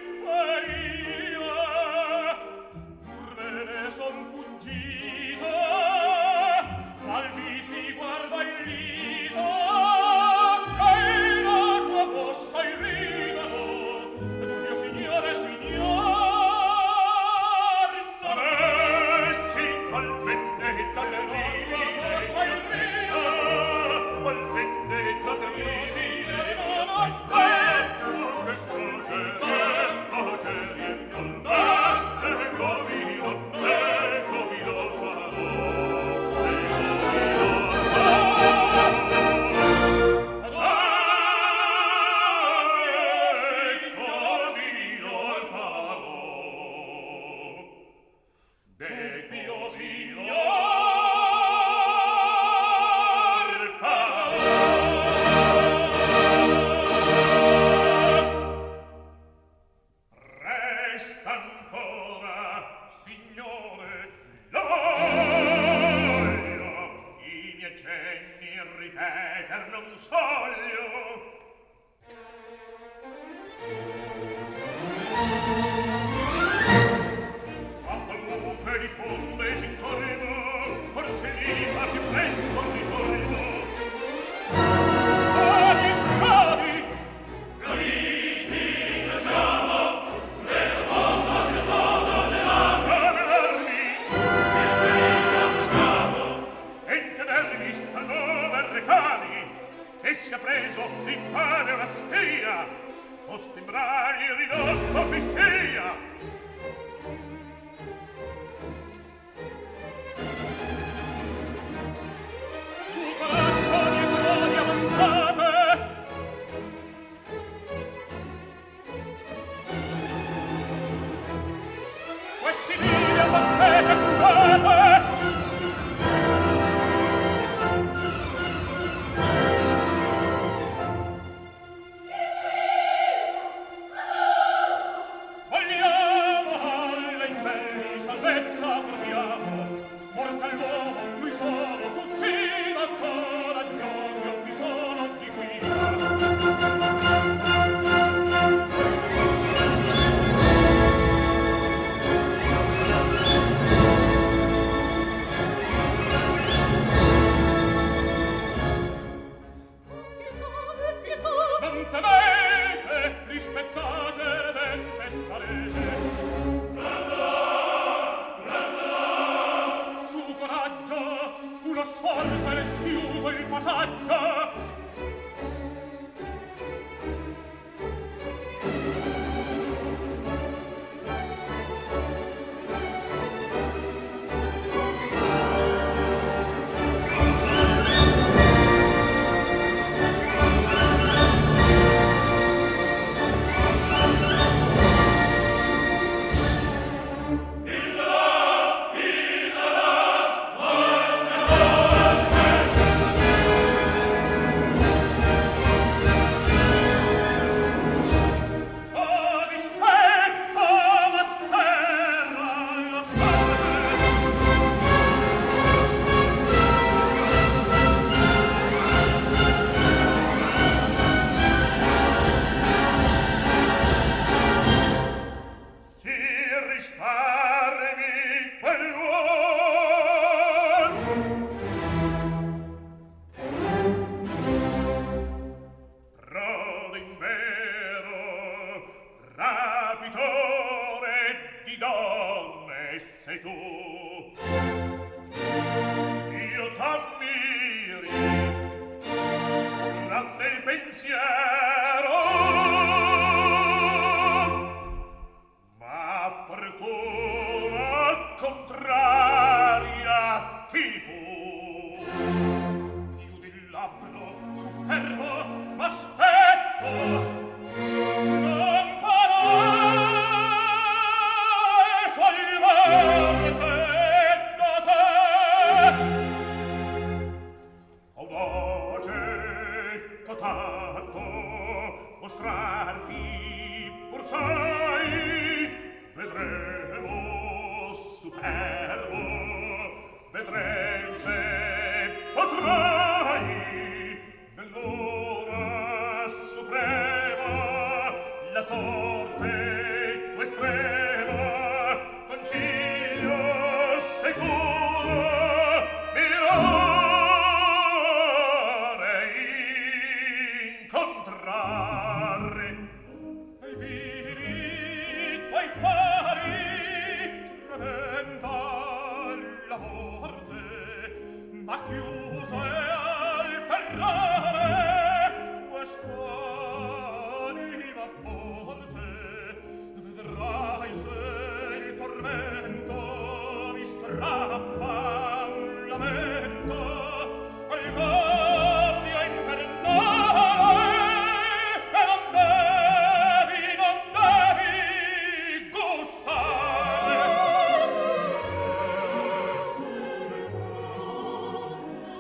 Speaker 5: Io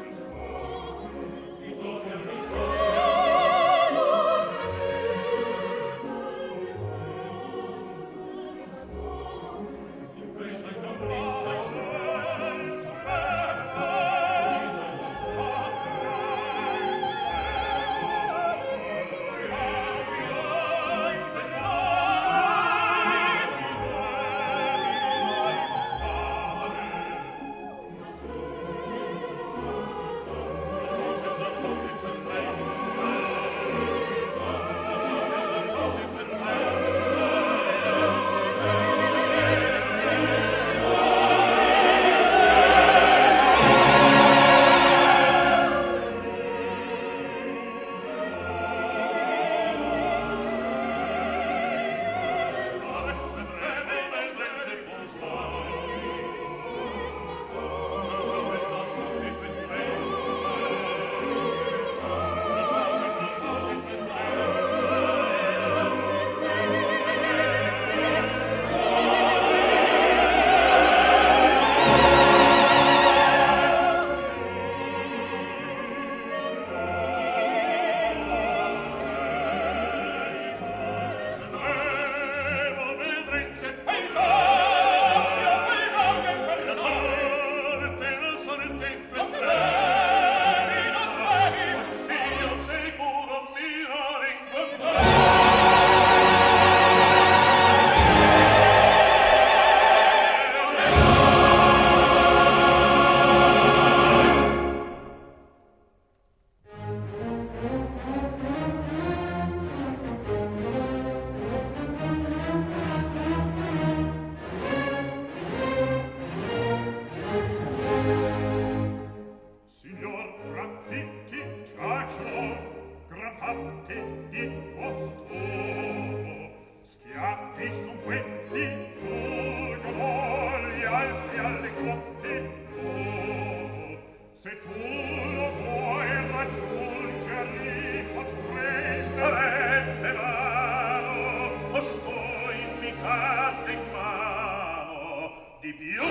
Speaker 4: lo vuoi raggiungermi potresti sarebbe vano costui mi cadde in mano di più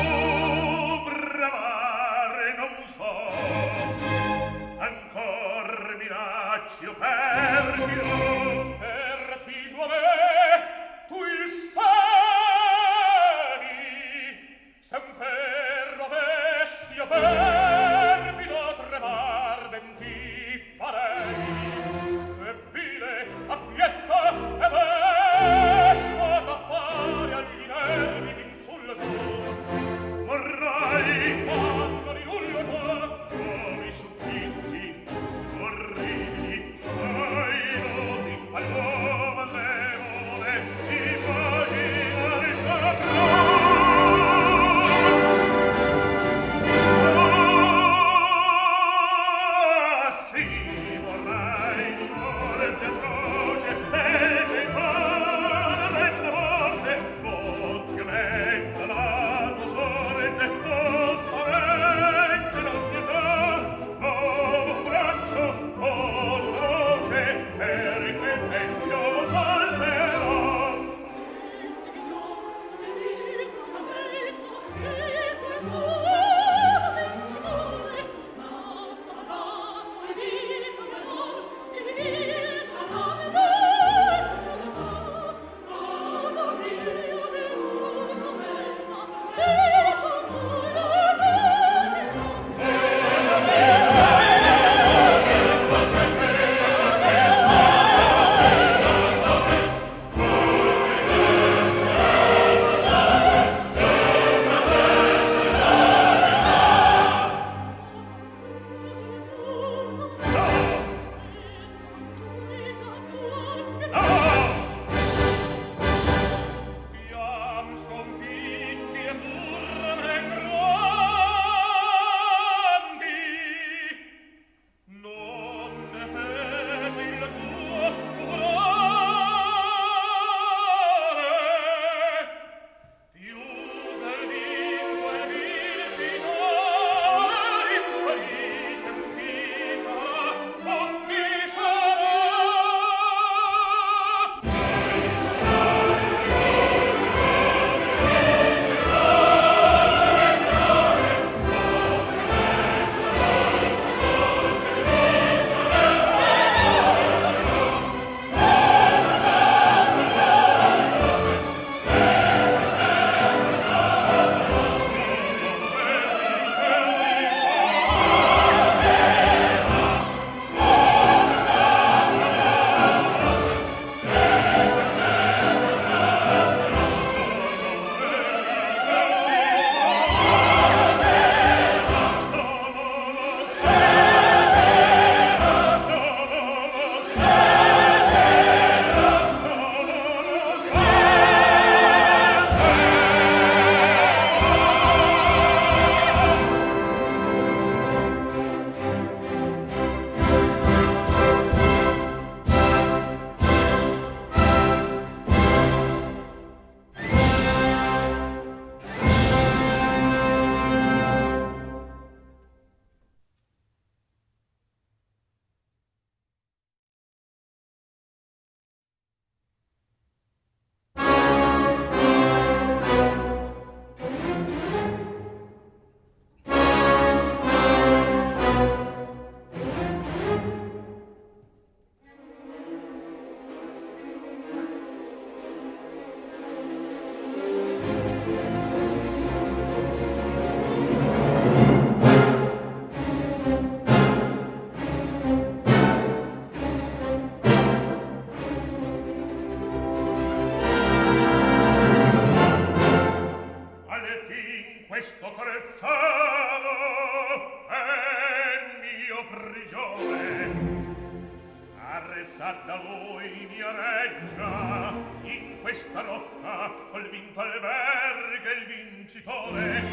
Speaker 4: bramare non so ancor minacci o perfido perfido a me tu il sei se un ferro avessi a perfido tremar ben ti farei e vile abbietta e desta da fare agli nervi d'insulto morrai quando di nulla nuovi supplizi orribili ai noti all'uomo all'evole immagina di sacro
Speaker 6: sa da voi mia reggia, in questa rocca col vinto alberga il vincitore.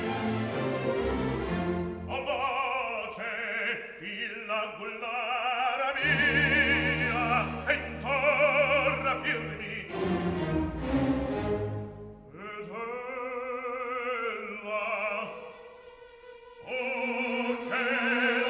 Speaker 6: O voce, filla gullara mia, tentò rapirmi, ed ella, o che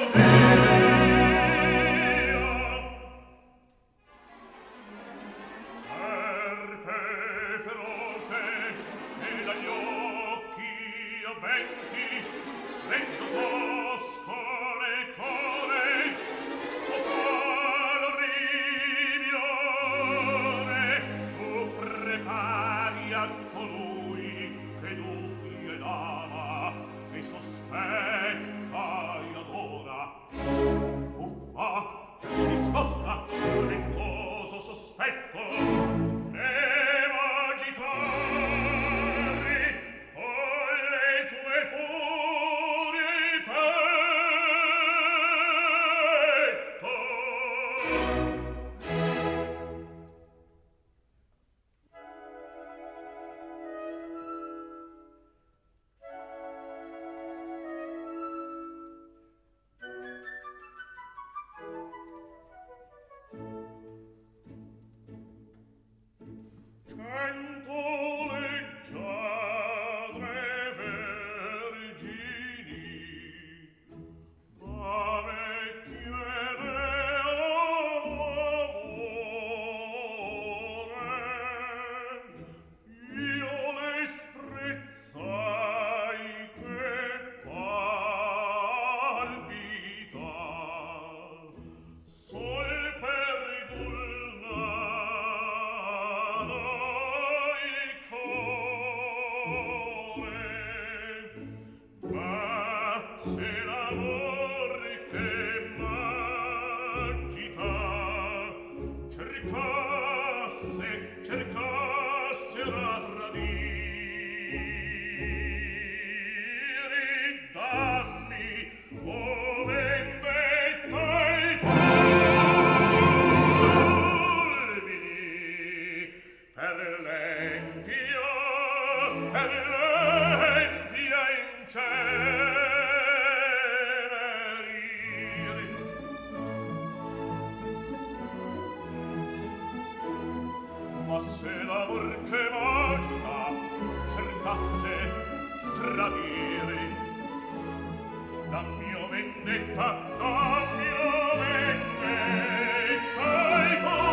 Speaker 6: Ma se l'amor che m'agita cercasse tradire la mia vendetta, la mia vendetta i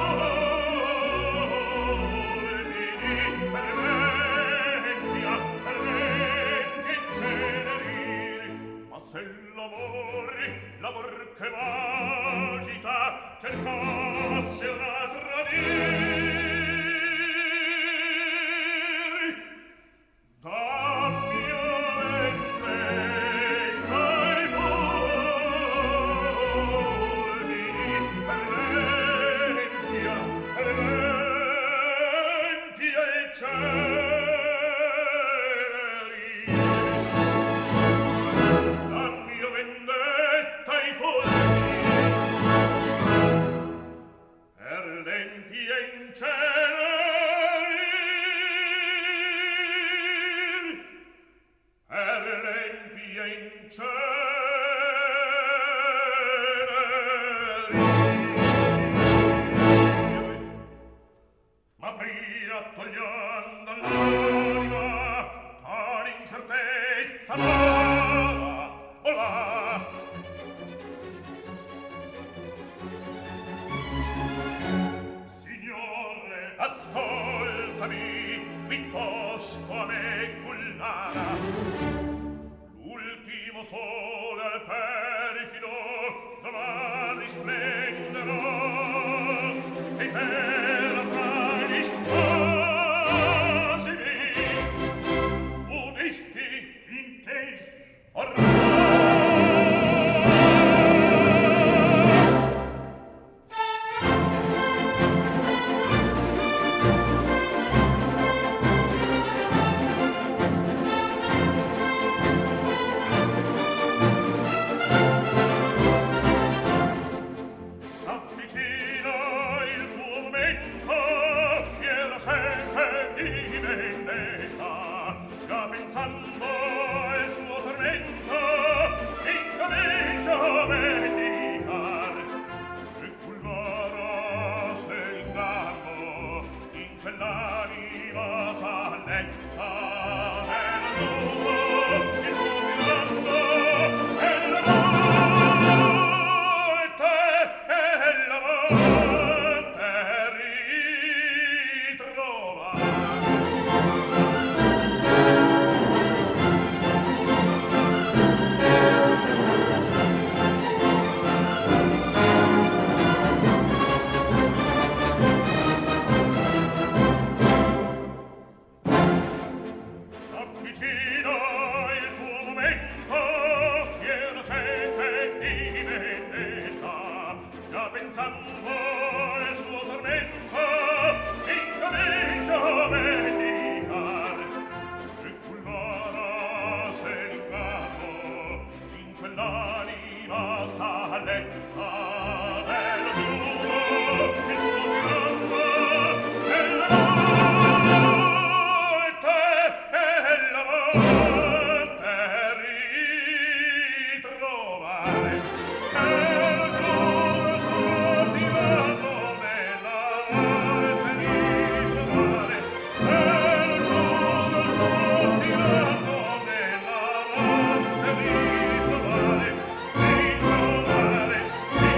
Speaker 6: colpi per vecchia, per vecchia incenerire. Ma se l'amore, l'amor che m'agita cercasse una tradire,
Speaker 5: Thank you.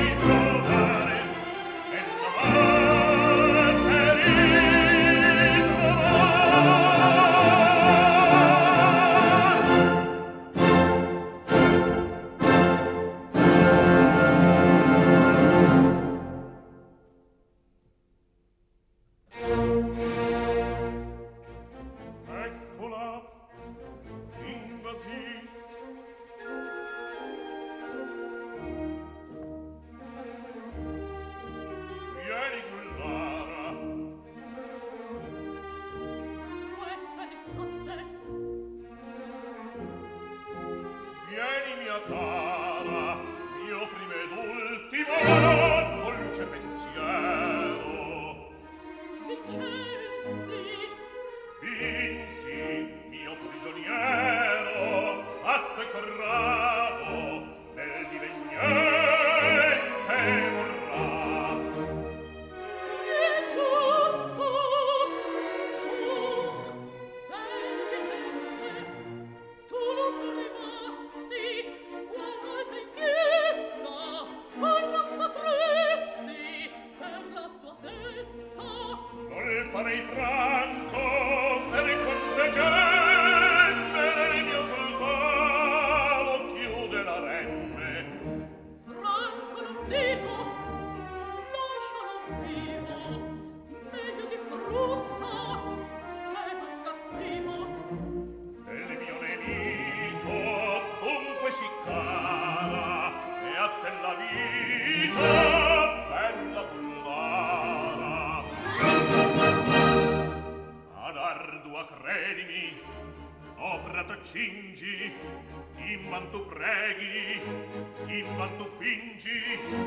Speaker 6: cingi, invan tu preghi, invan tu fingi.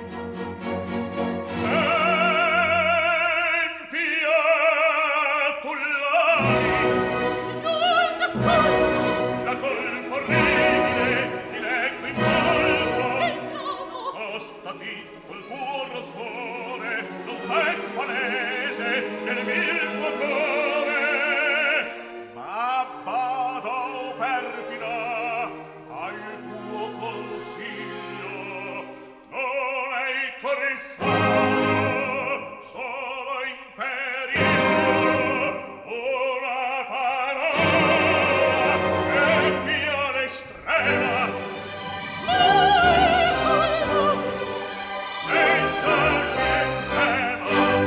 Speaker 6: Empia tu l'hai,
Speaker 5: Signor Gaspar,
Speaker 6: la colpa orribile ti leggo in volto.
Speaker 5: il nodo,
Speaker 6: Scostati col tuo rossore, non t'è palese nel mio cuore. Ma vado perfida al tuo consiglio, non è corrissato, solo in periodo una parola che via l'estrema senza gemma.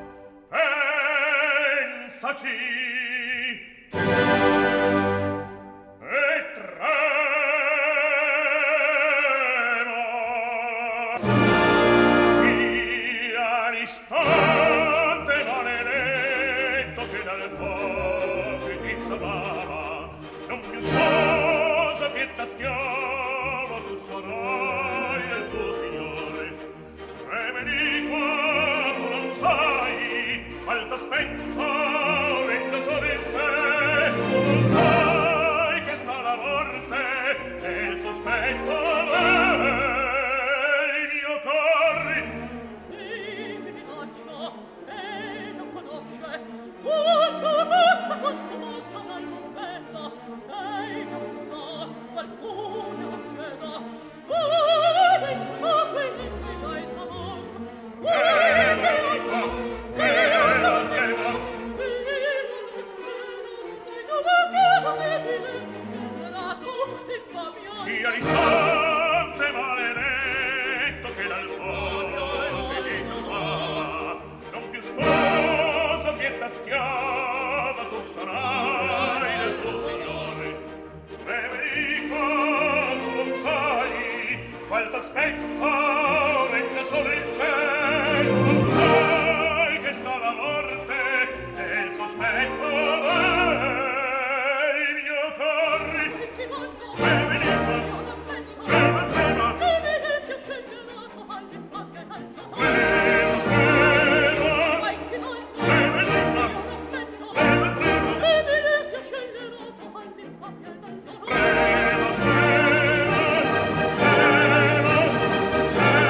Speaker 6: Pensaci e trema, sia l'istante maledetto che dal fuoco ti salvava. Non più sposa, pietta schiava, tu sarai del tuo signore. Tremedi qua, tu non sai qual t'aspetta, renda sorrente, tu non sai che sta la morte e il sospetto del mio corri.
Speaker 5: mi minaccia e non conosce quanto mossa, quanto mossa malmofesa. Lei non sa qual fu mia accesa. Oh, dentro quell'intriga il amor.
Speaker 6: Trema, trema, trema, sia l'istante maledetto che dal fuoco ti salvava. Non più sposa, pietta schiava, tu sarai del tuo signore. Federico, tu non sai qual t'aspetta, regna sorrente, tu non sai che sta la morte e il sospetto del mio corri. Federico, trema, trema, trema, trema, trema,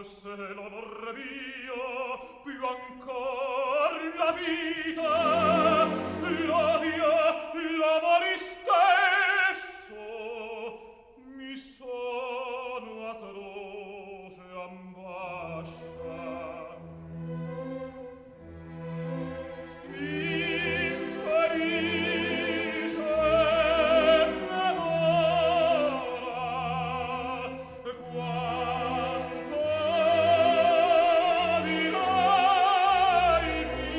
Speaker 6: forse l'onor mio più ancor la vita la via l'amore stesso mi sono atroce ambascia infelice m'adora quanto di lei mi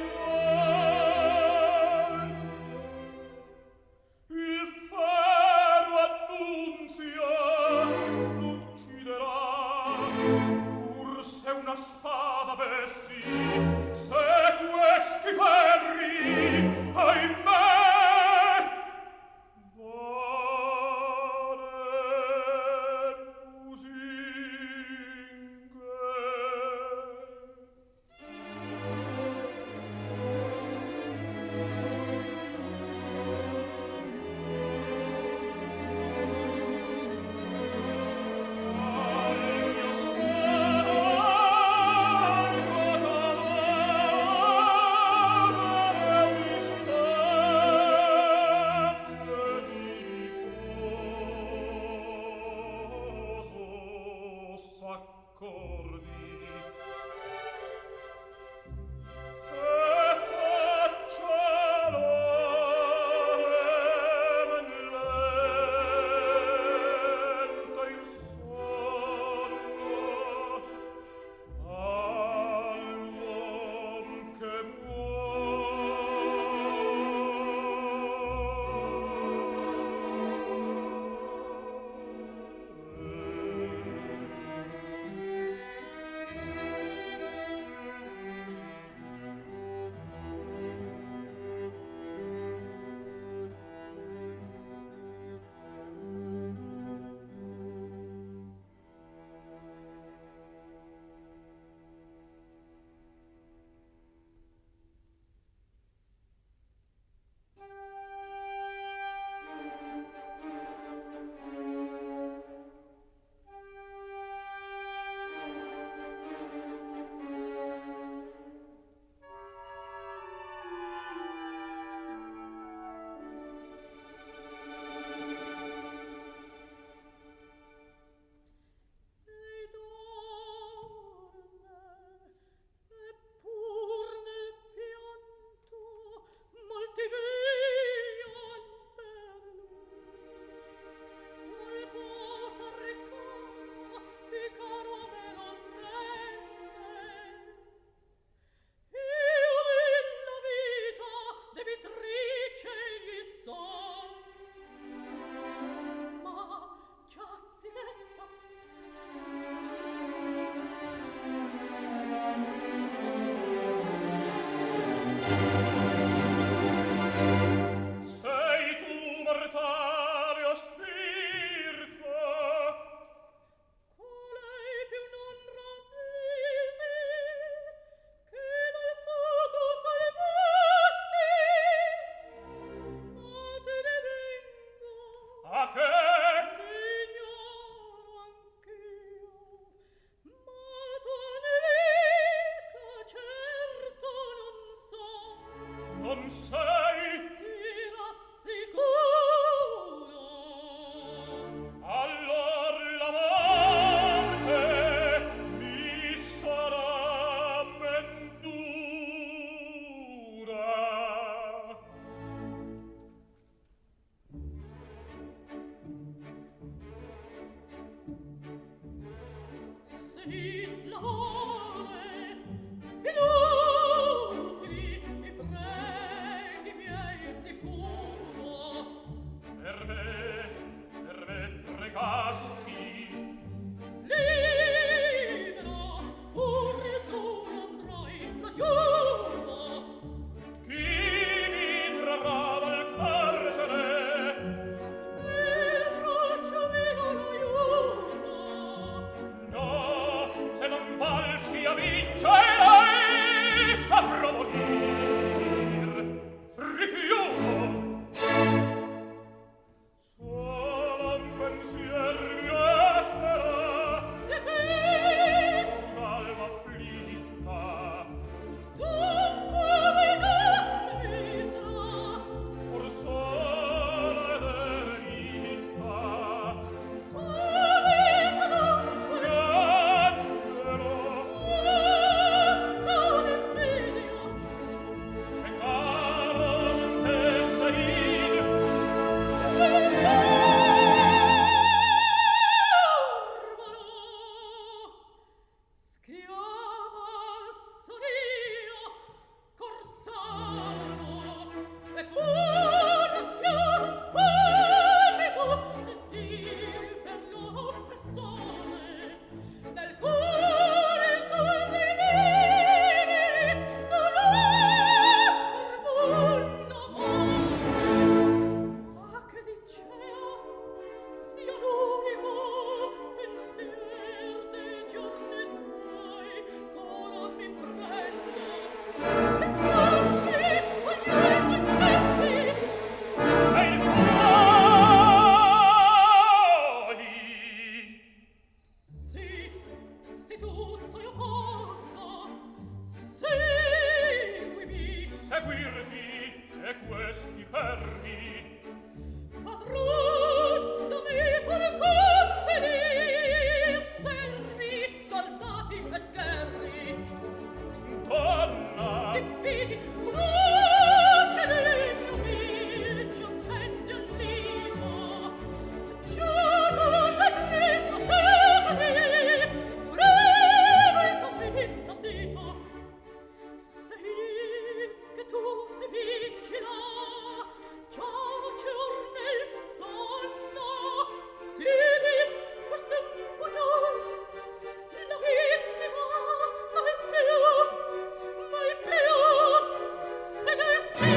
Speaker 6: vuol il fero annunzia l'ucciderà pur se una spada avessi se questi ferri ahimè valen lusinghe al mio stanco distante di riposo s'accordi e faccia l'orem lenta il sonno all'uom che lei dorme eppur nel pianto molti veglian per lui riposa recò si caro a me non rende io della vita debitrice gli son ma già si resta sei tu mortale o spirito colei più non ravvisi che dal fuoco salvasti a te ne vengo a che l'ignoro anch'io ma tua nemica certo non so non sei ti rassicuro allor la morte mi sarà men dura sì l'amore inutili mi preghi seguirti e questi ferri
Speaker 5: Affrontami per compagni, servi, soldati e scherri.
Speaker 6: donna
Speaker 5: Ti fidi, croce legno vil, ci attende al nido. Giuro che ne stasera, breve e convinto dito. Sei che tu ti vigila, giace or nel sonno, tiri questo un po' noi, la vittima mai più, mai più, se ne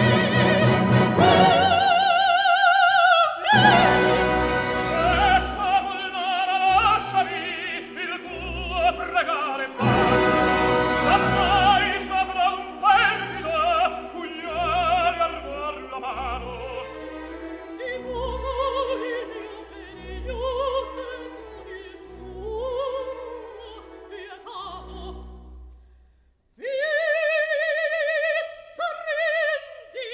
Speaker 6: Cessa volnara, lasciami il tuo pregare vano. Ormai saprà un perfido pugnale armar la mano.
Speaker 5: ti muori mio benignose con il tuo spietato. Vieni, torrendi,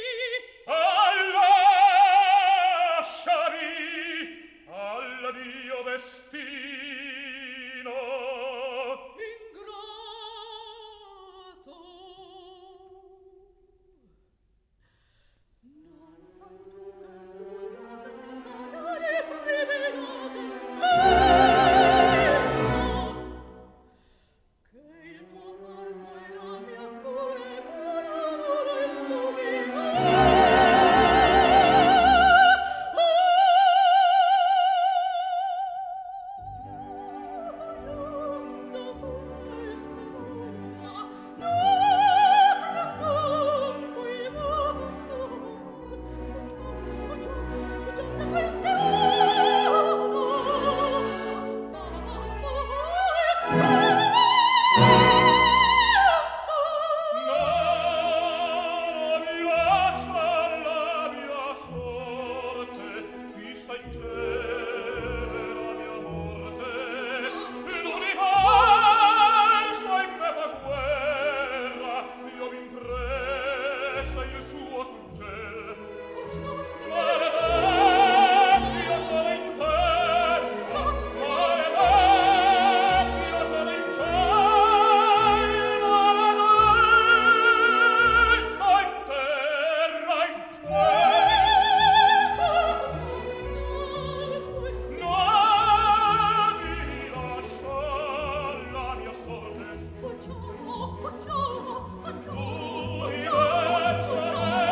Speaker 6: Lasciami al mio destino.
Speaker 5: ingrato. Non sai tu che sulla testa già le privilate che il tuo palmo e la mia scure colore
Speaker 6: Non mi lascia la mia sorte, fissa in cielo la mia morte. L'universo in me fa guerra, Dio m'impressa il suo suggel. Maledetti io sono in terra, maledetti io sono in cielo, maledetta in terra, in cielo. Non mi lascia la mia sorte,
Speaker 5: Facciamo, facciamo, facciamo,
Speaker 6: l'universo in me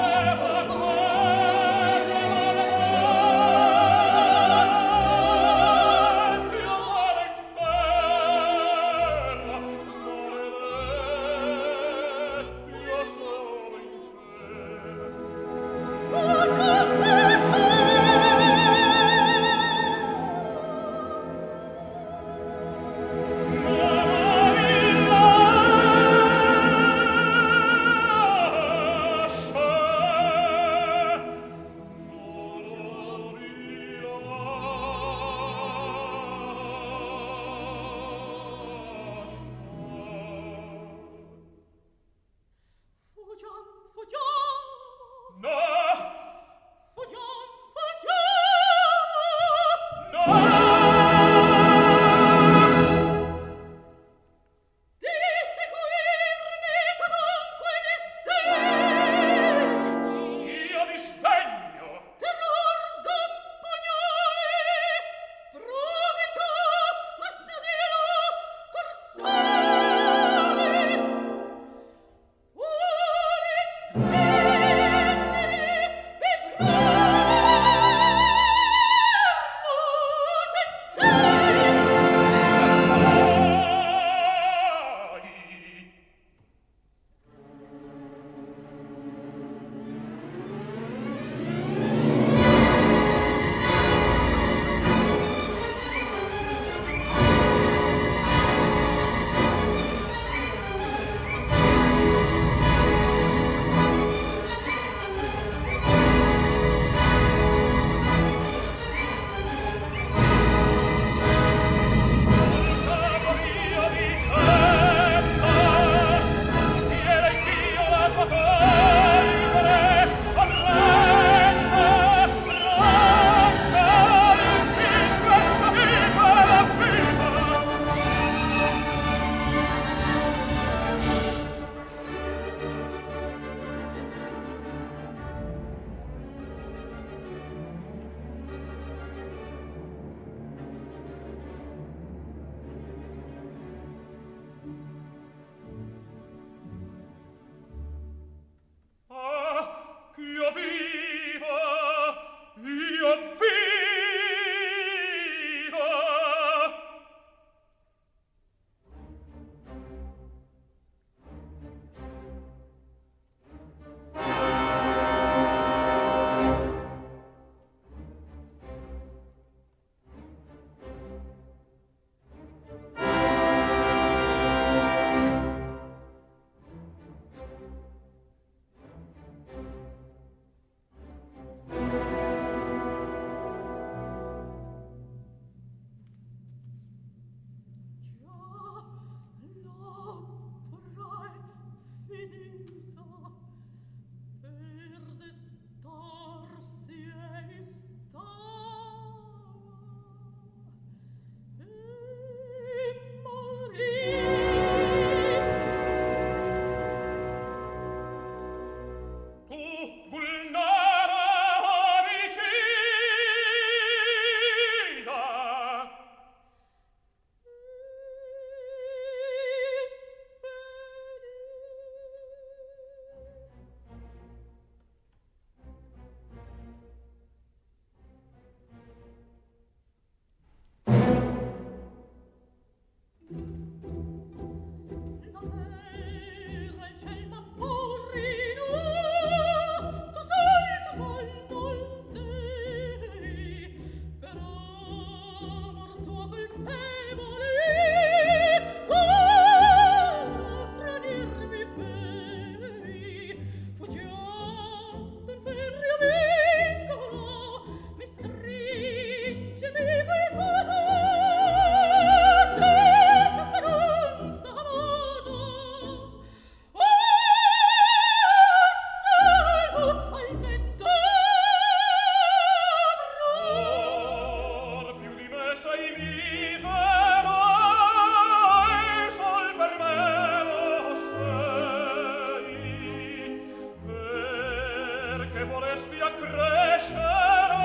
Speaker 6: che volesti accrescere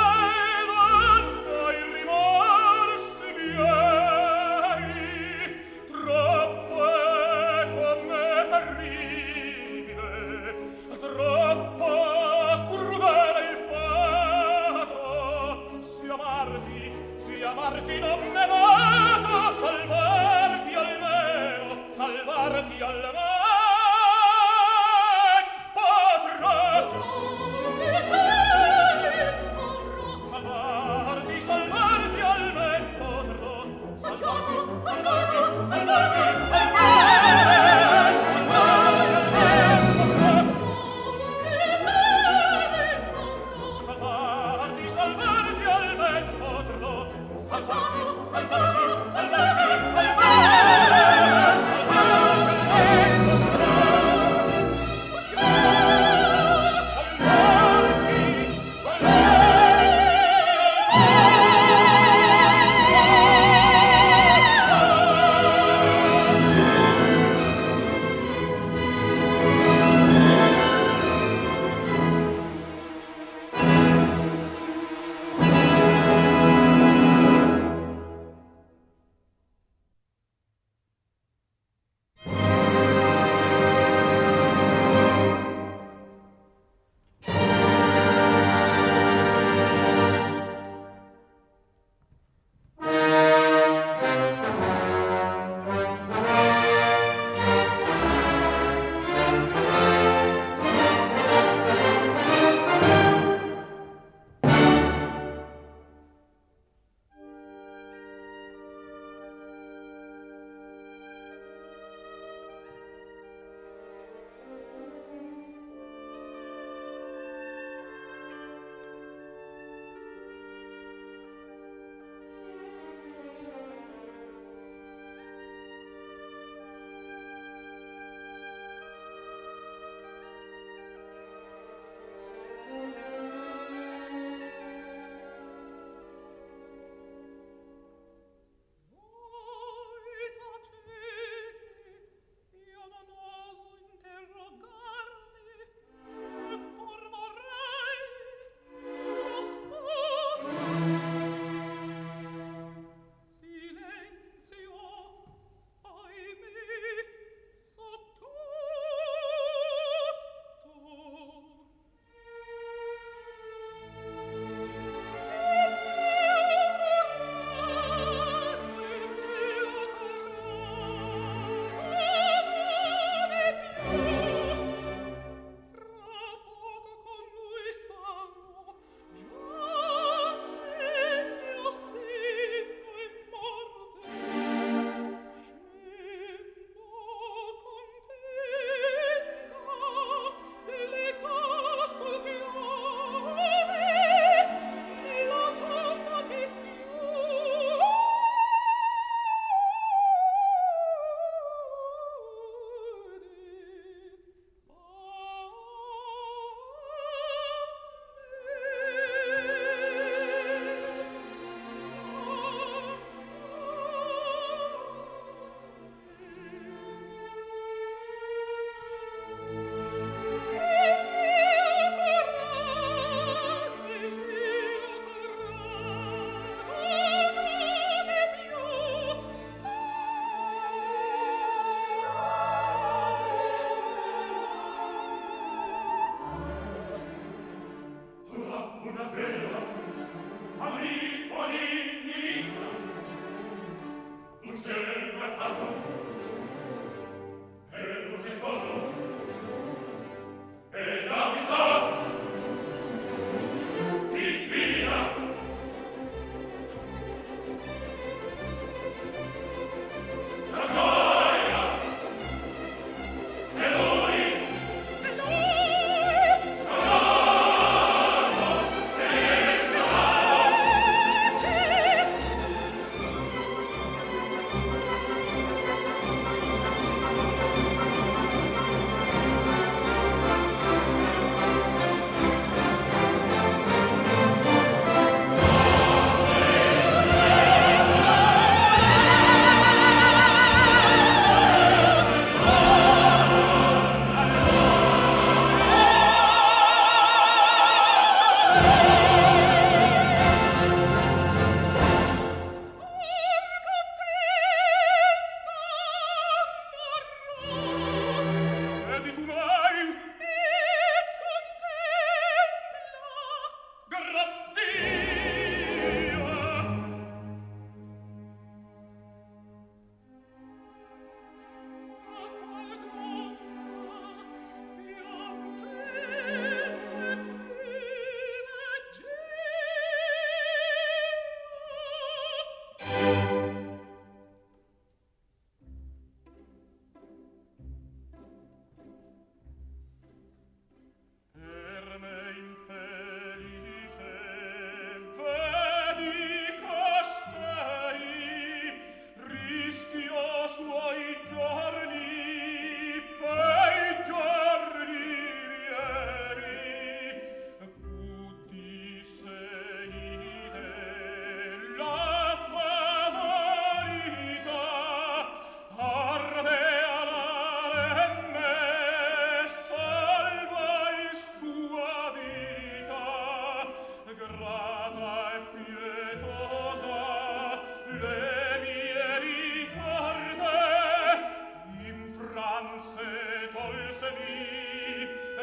Speaker 6: dai rimorsi miei, troppo è con me terribile, troppo crudele il fato, si amarti, si amarti non me vada, salvarti almeno, salvarti almeno potrò.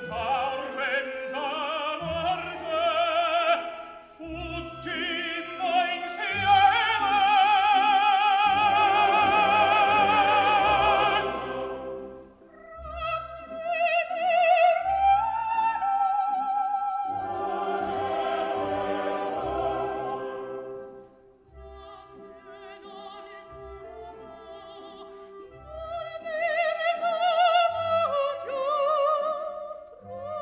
Speaker 5: Thank you.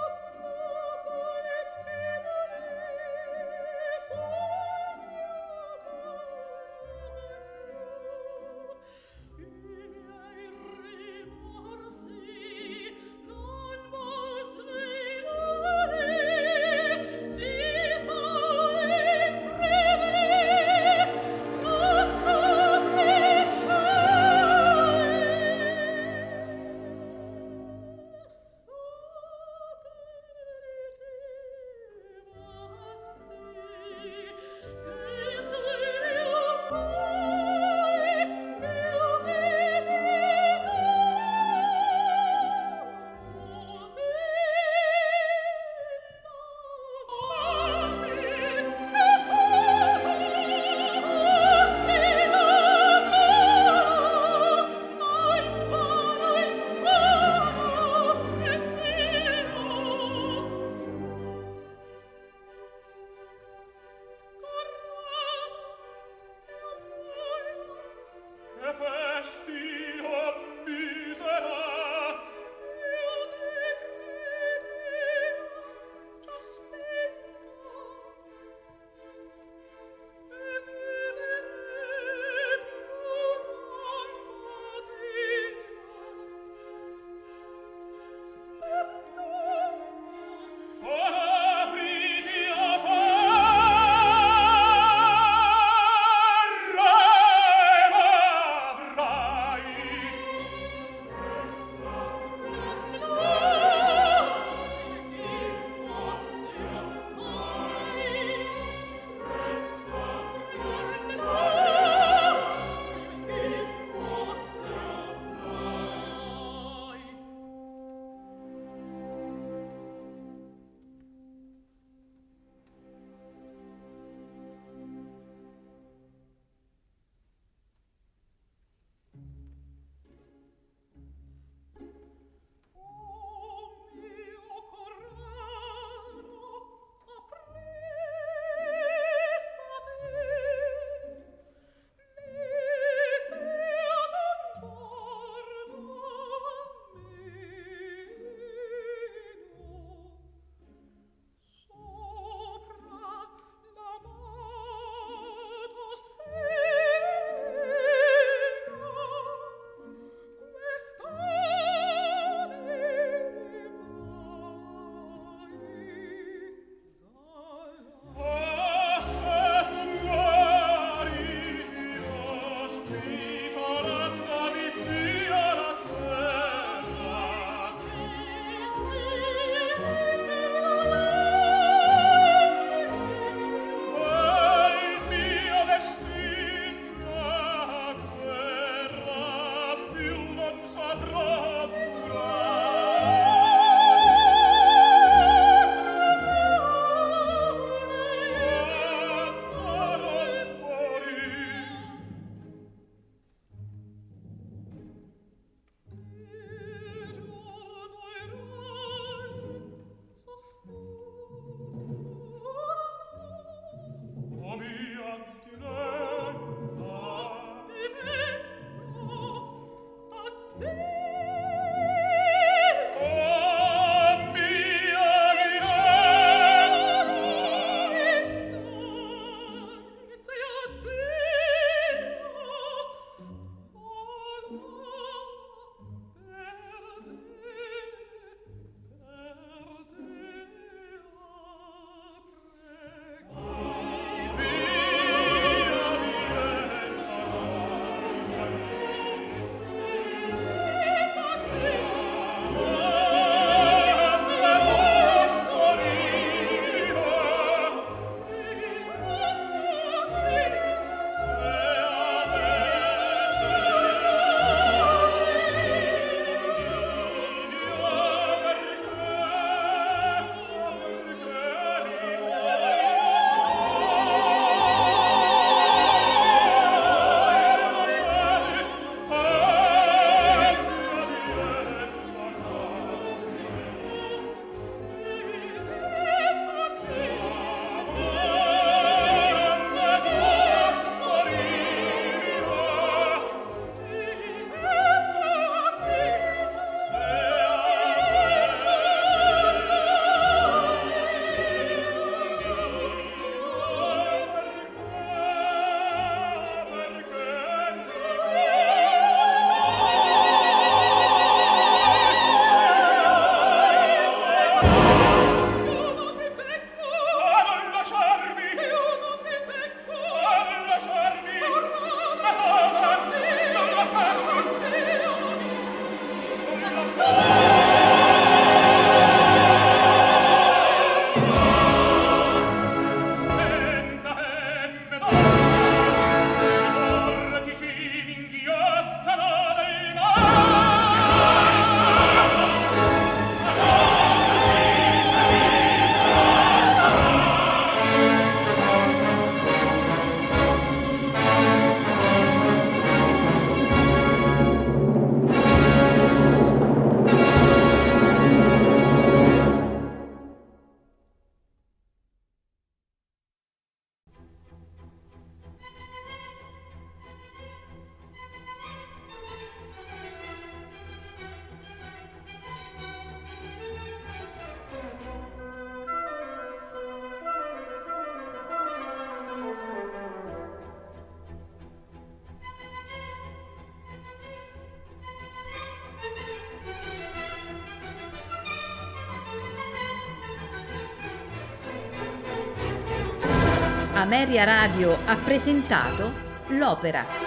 Speaker 1: Ameria Radio ha presentato l'opera.